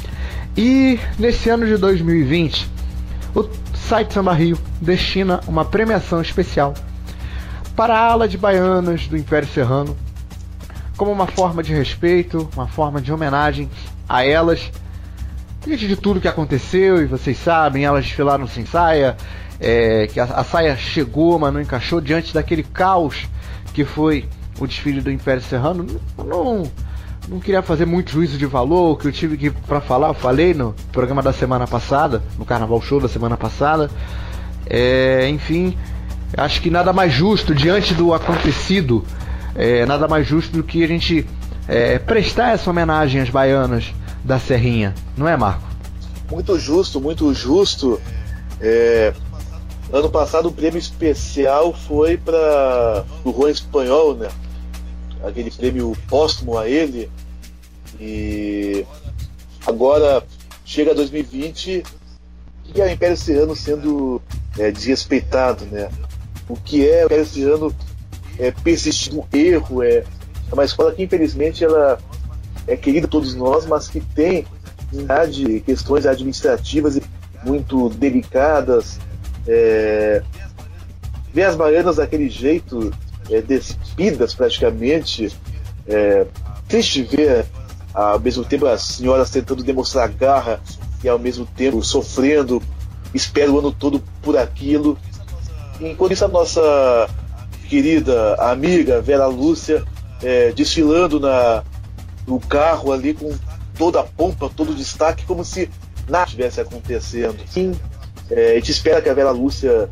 E nesse ano de 2020, o site Samba Rio destina uma premiação especial para a ala de baianas do Império Serrano, como uma forma de respeito, uma forma de homenagem a elas, diante de tudo que aconteceu. E vocês sabem, elas desfilaram sem saia, que a saia chegou, mas não encaixou, diante daquele caos que foi o desfile do Império Serrano. não queria fazer muito juízo de valor. O que eu tive que pra falar, eu falei no programa da semana passada, no Carnaval Show da semana passada. Enfim, acho que nada mais justo diante do acontecido, nada mais justo do que a gente prestar essa homenagem às baianas da Serrinha, não é, Marco? Muito justo, muito justo. Ano passado o prêmio especial foi para o Juan Espanhol, né? Aquele prêmio póstumo a ele. E agora chega 2020 e é o Império Serrano sendo desrespeitado, né? O que é o Império Serrano persistir no erro, é uma escola que infelizmente ela é querida por todos nós, mas que tem de questões administrativas e muito delicadas. Ver as baianas daquele jeito, despidas praticamente, triste ver ao mesmo tempo as senhoras tentando demonstrar garra e ao mesmo tempo sofrendo, espera o ano todo por aquilo. Enquanto isso, a nossa querida amiga Vera Lúcia desfilando no carro ali com toda a pompa, todo o destaque, como se nada estivesse acontecendo. Sim, a gente espera que a Vera Lúcia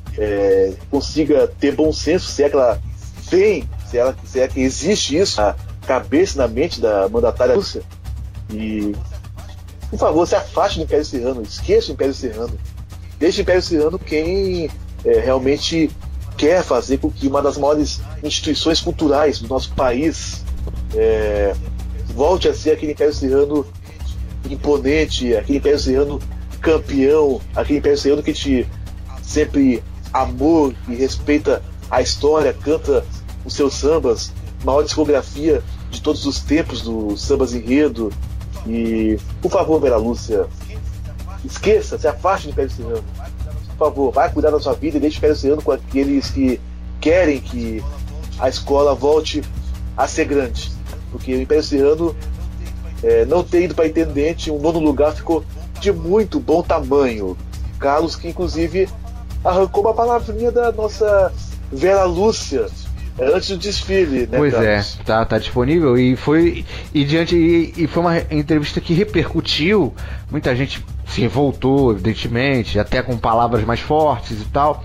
consiga ter bom senso, se é que ela tem, se é que existe isso na cabeça, na mente da mandatária Lúcia. E, por favor, se afaste do Império Serrano, esqueça o Império Serrano. Deixe o Império Serrano quem realmente quer fazer com que uma das maiores instituições culturais do nosso país volte a ser aquele Império Serrano imponente, aquele Império Serrano campeão, aquele Império Serrano que te sempre amou e respeita a história, canta os seus sambas, maior discografia de todos os tempos do sambas enredo. E, por favor, Vera Lúcia, esqueça, se afaste do Império Serrano. Por favor, vai cuidar da sua vida e deixe o Império Serrano com aqueles que querem que a escola volte a ser grande. Porque o Império Serrano não ter ido para intendente, o 9º lugar ficou de muito bom tamanho. Carlos, que inclusive arrancou uma palavrinha da nossa Vera Lúcia antes do desfile, né? Pois Carlos? Tá disponível e foi uma entrevista que repercutiu. Muita gente se revoltou, evidentemente, até com palavras mais fortes e tal.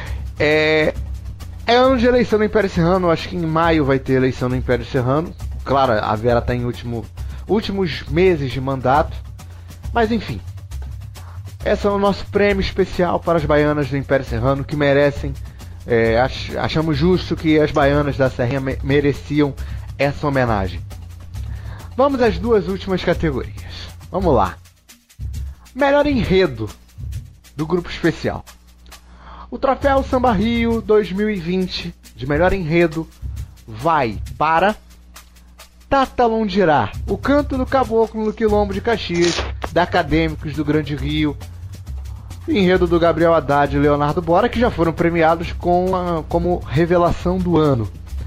É ano de eleição do Império Serrano. Acho que em maio vai ter eleição do Império Serrano. Claro, a Vera está em últimos meses de mandato, mas enfim, esse é o nosso prêmio especial para as baianas do Império Serrano, que merecem. Achamos justo que as baianas da Serrinha mereciam essa homenagem. Vamos às duas últimas categorias. Vamos lá. Melhor enredo do grupo especial. O troféu Samba Rio 2020 de melhor enredo vai para Tatalondirá, o canto do caboclo no Quilombo de Caxias, da Acadêmicos do Grande Rio. Enredo do Gabriel Haddad e Leonardo Bora, que já foram premiados como revelação do ano.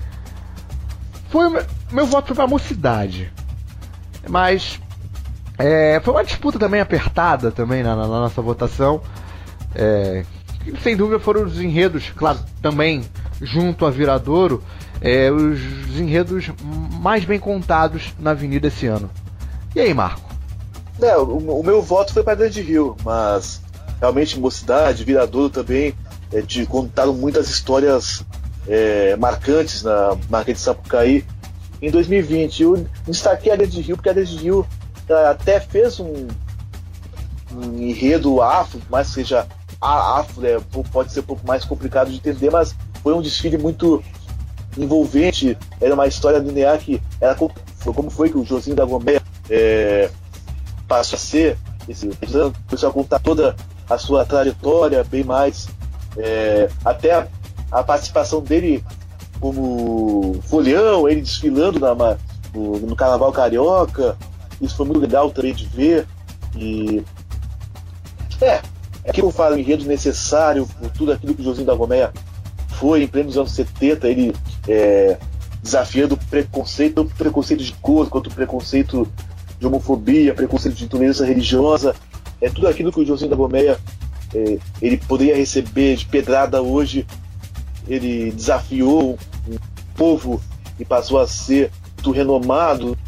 Meu voto foi para a Mocidade, mas foi uma disputa também apertada também na nossa votação. Sem dúvida foram os enredos, claro, também junto a Viradouro, os enredos mais bem contados na Avenida esse ano. E aí, Marco? O meu voto foi para Grande Rio, mas realmente Mocidade, Viradouro também contaram muitas histórias marcantes na marca de Sapucaí em 2020. Eu destaquei a Grande Rio porque a Grande Rio até fez um enredo afro, mas seja afro, pode ser um pouco mais complicado de entender, mas foi um desfile muito envolvente. Era uma história linear que era como foi que o Josinho da Gomeia passou a ser começou a contar toda a sua trajetória, bem mais até a participação dele como folião, ele desfilando no Carnaval Carioca. Isso foi muito legal também de ver. E aqui eu falo, enredo necessário por tudo aquilo que o Josinho da Gomeia foi em plenos anos 70, ele desafiando o preconceito, tanto o preconceito de cor quanto o preconceito de homofobia, preconceito de intolerância religiosa. Tudo aquilo que o Josinho da Gomeia ele poderia receber de pedrada hoje, ele desafiou o povo e passou a ser muito renomado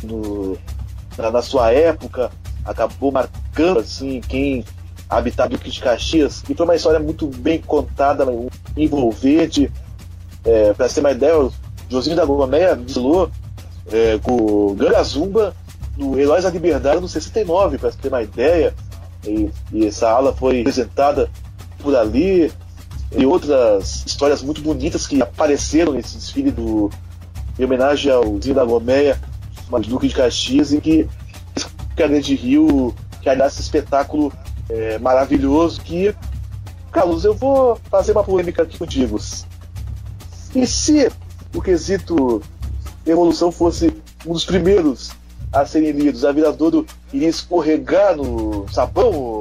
na sua época, acabou marcando assim, quem habitava Duque de Caxias, e foi uma história muito bem contada, envolvente. Para ser uma ideia, o Josinho da Gomeia desfilou com o Gangazumba no Heróis da Liberdade no 69, para ter uma ideia, e essa ala foi apresentada por ali, e outras histórias muito bonitas que apareceram nesse desfile em homenagem ao Josinho da Gomeia, Duque de Caxias, e que a Grande Rio, que aliás esse espetáculo maravilhoso. Que, Carlos, eu vou fazer uma polêmica aqui contigo. E se o quesito Evolução fosse um dos primeiros a serem lidos, a Viradouro iria escorregar no sabão?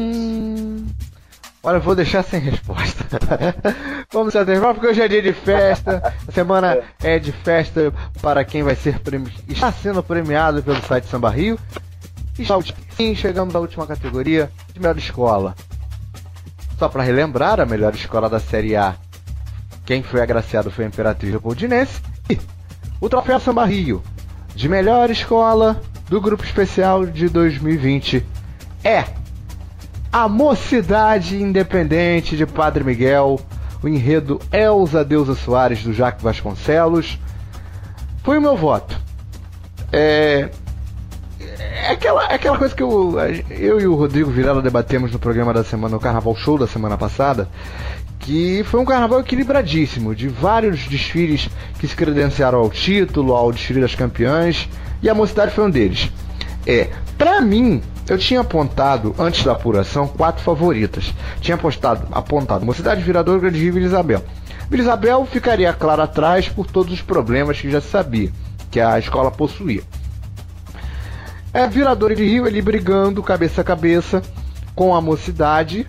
Olha, eu vou deixar sem resposta. Vamos se aterrar, porque hoje é dia de festa. A semana é de festa para quem vai ser está sendo premiado pelo site Samba Rio. E chegamos à última categoria de melhor escola. Só para relembrar, a melhor escola da Série A, quem foi agraciado foi a Imperatriz Leopoldinense. E o troféu Samba Rio de melhor escola do grupo especial de 2020 é a Mocidade Independente de Padre Miguel, o enredo Elza Deusa Soares do Jaque Vasconcelos. Foi o meu voto. É aquela coisa que eu e o Rodrigo Virela debatemos no programa da semana, no Carnaval Show da semana passada, que foi um carnaval equilibradíssimo, de vários desfiles que se credenciaram ao título, ao desfile das campeãs, e a Mocidade foi um deles. Pra mim, eu tinha apontado, antes da apuração, 4 favoritas. Tinha apontado Mocidade, Viradouro, Grande Rio e Vila Isabel. Vila Isabel ficaria claro atrás por todos os problemas que já se sabia que a escola possuía. Viradouro de Rio, ele brigando cabeça a cabeça com a Mocidade,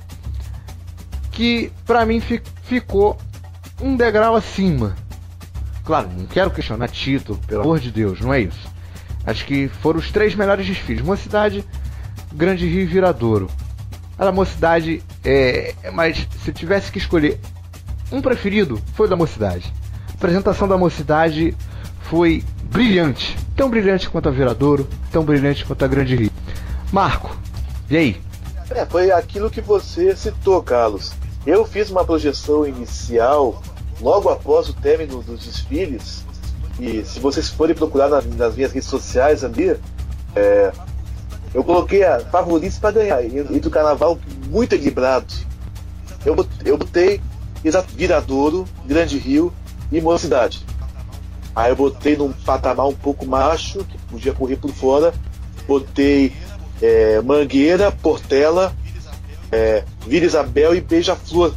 que pra mim ficou um degrau acima. Claro, não quero questionar título, pelo amor de Deus, não é isso. Acho que foram os 3 melhores desfiles: Mocidade, Grande Rio e Viradouro. A Mocidade, mas se eu tivesse que escolher um preferido, foi o da Mocidade. A apresentação da Mocidade foi brilhante, tão brilhante quanto a Viradouro, tão brilhante quanto a Grande Rio. Marco, e aí? Foi aquilo que você citou, Carlos. Eu fiz uma projeção inicial logo após o término dos desfiles, e se vocês forem procurar nas minhas redes sociais ali, eu coloquei a favoritos para ganhar, entre o carnaval muito equilibrado. Eu botei Viradouro, Grande Rio e Mocidade. Aí eu botei num patamar um pouco macho, que podia correr por fora, botei Mangueira, Portela, Vila Isabel e Beija-Flor.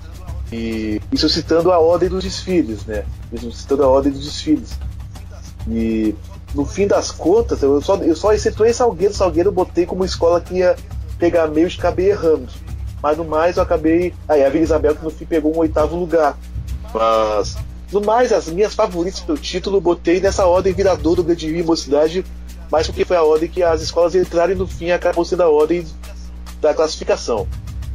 E isso citando a ordem dos desfiles, né? Isso citando a ordem dos desfiles. E no fim das contas, eu só excetuei Salgueiro. Salgueiro eu botei como escola que ia pegar meio e acabei errando. Mas no mais eu acabei. A Vila Isabel que no fim pegou um 8º lugar. Mas no mais, as minhas favoritas pelo título eu botei nessa ordem: Viradouro, Grande Rio e Mocidade. Mas porque foi a ordem que as escolas entraram e no fim acabou sendo a ordem da classificação.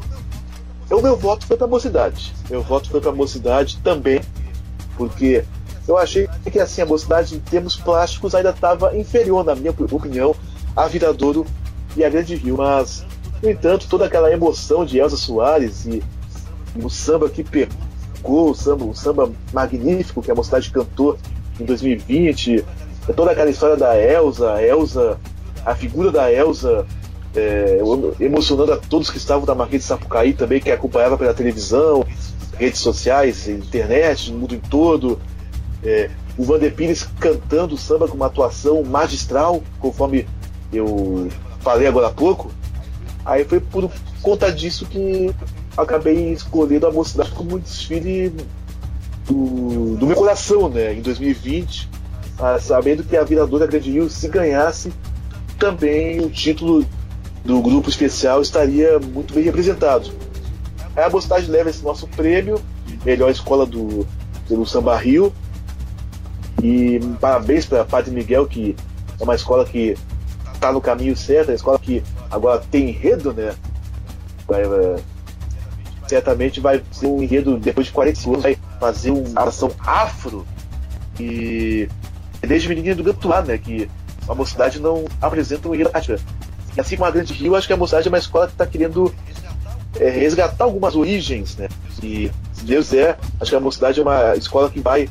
O meu voto foi para a Mocidade. Meu voto foi para a Mocidade também, porque eu achei que assim, a Mocidade em termos plásticos ainda estava inferior, na minha opinião, a Viradouro e a Grande Rio. Mas, no entanto, toda aquela emoção de Elza Soares e o samba que pegou, o samba magnífico que a Mocidade cantou em 2020, toda aquela história da Elza, a figura da Elza, emocionando a todos que estavam na Marquês de Sapucaí também, que acompanhava pela televisão, redes sociais, internet, no mundo todo. O Vander Pires cantando samba com uma atuação magistral, conforme eu falei agora há pouco. Aí foi por conta disso que acabei escolhendo a Mocidade como um desfile do meu coração, né, em 2020, sabendo que a Viradouro e a Grande Rio, se ganhasse, também o título do grupo especial estaria muito bem representado. Aí a Mocidade leva esse nosso prêmio, melhor escola do Samba Rio, e parabéns para Padre Miguel, que é uma escola que está no caminho certo, é uma escola que agora tem enredo, né? Certamente vai ser um enredo, depois de 40 anos, vai fazer uma ação afro, e desde menininha do Gantuá, né? Que a Mocidade não apresenta um enredo prática. E assim como a Grande Rio, acho que a Mocidade é uma escola que está querendo resgatar algumas origens, né? E se Deus acho que a Mocidade é uma escola que vai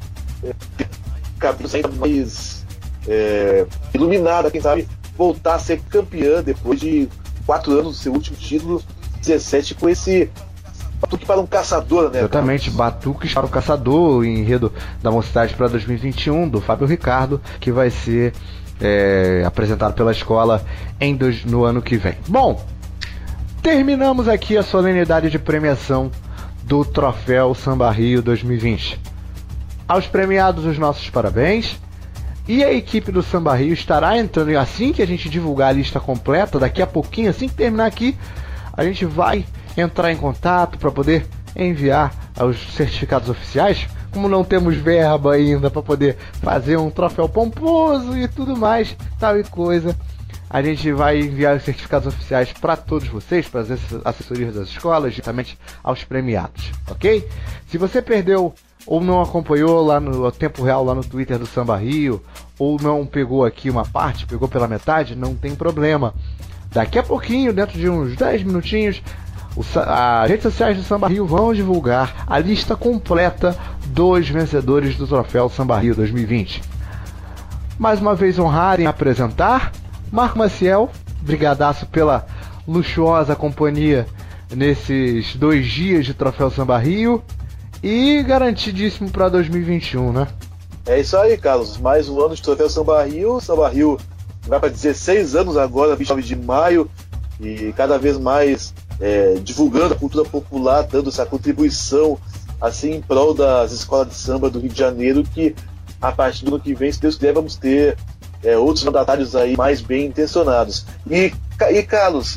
caminhos ainda mais iluminada, quem sabe voltar a ser campeã depois de 4 anos do seu último título, 17, com esse Batuque para um Caçador, né? Exatamente, Batuque para o Caçador, o enredo da Mocidade para 2021, do Fábio Ricardo, que vai ser apresentado pela escola no ano que vem. Bom, terminamos aqui a solenidade de premiação do Troféu Samba Rio 2020. Aos premiados, os nossos parabéns. E a equipe do Samba Rio estará entrando, assim que a gente divulgar a lista completa, daqui a pouquinho, assim que terminar aqui, a gente vai entrar em contato para poder enviar os certificados oficiais. Como não temos verba ainda para poder fazer um troféu pomposo e tudo mais, tal e coisa, a gente vai enviar os certificados oficiais para todos vocês, para as assessorias das escolas, justamente aos premiados, ok? Se você perdeu ou não acompanhou lá no tempo real, lá no Twitter do Samba Rio, ou não pegou aqui uma parte, pegou pela metade, não tem problema. Daqui a pouquinho, dentro de uns 10 minutinhos, as redes sociais do Samba Rio vão divulgar a lista completa dos vencedores do Troféu Samba Rio 2020. Mais uma vez honrar em apresentar Marco Maciel, brigadaço pela luxuosa companhia nesses 2 dias de Troféu Samba Rio, e garantidíssimo para 2021, né? É isso aí, Carlos. Mais um ano de Troféu Samba Rio. Samba Rio vai para 16 anos agora, 29 de maio, e cada vez mais divulgando a cultura popular, dando essa contribuição assim em prol das escolas de samba do Rio de Janeiro, que a partir do ano que vem, se Deus quiser, vamos ter outros mandatários aí mais bem intencionados. E Carlos,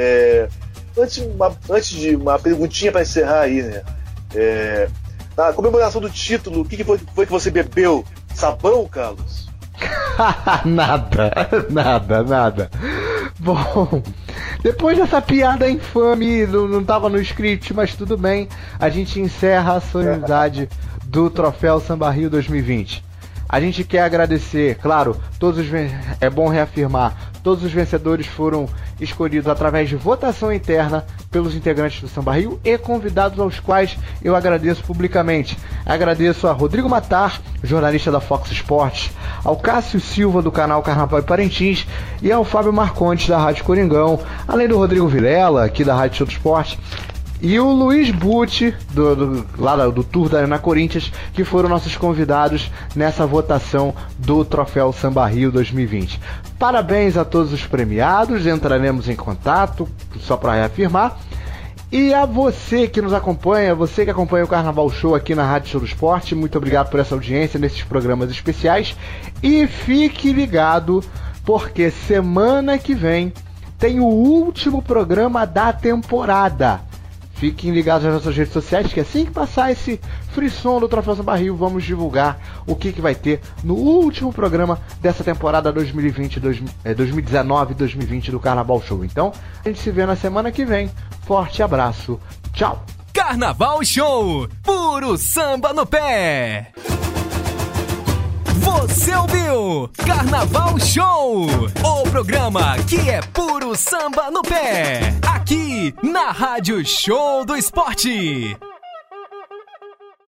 antes de uma perguntinha para encerrar aí, né? Na comemoração do título, o que foi que você bebeu? Sabão, Carlos? Nada. Bom, depois dessa piada infame, não tava no script, mas tudo bem, a gente encerra a solenidade do Troféu Samba Rio 2020. A gente quer agradecer, claro, é bom reafirmar, todos os vencedores foram escolhidos através de votação interna pelos integrantes do Samba Rio e convidados aos quais eu agradeço publicamente. Agradeço a Rodrigo Matar, jornalista da Fox Sports, ao Cássio Silva do canal Carnaval e Parintins e ao Fábio Marcontes da Rádio Coringão, além do Rodrigo Vilela, aqui da Rádio Show do Esporte, e o Luiz Butti, do Tour da Arena Corinthians, que foram nossos convidados nessa votação do Troféu Samba Rio 2020. Parabéns a todos os premiados, entraremos em contato, só para reafirmar. E a você que nos acompanha, você que acompanha o Carnaval Show aqui na Rádio Show do Esporte, muito obrigado por essa audiência nesses programas especiais. E fique ligado, porque semana que vem tem o último programa da temporada. Fiquem ligados nas nossas redes sociais, que assim que passar esse frisson do Troféu Samba Rio, vamos divulgar o que vai ter no último programa dessa temporada 2019-2020 do Carnaval Show. Então, a gente se vê na semana que vem. Forte abraço. Tchau. Carnaval Show, puro samba no pé. Você ouviu Carnaval Show, o programa que é puro samba no pé, aqui na Rádio Show do Esporte.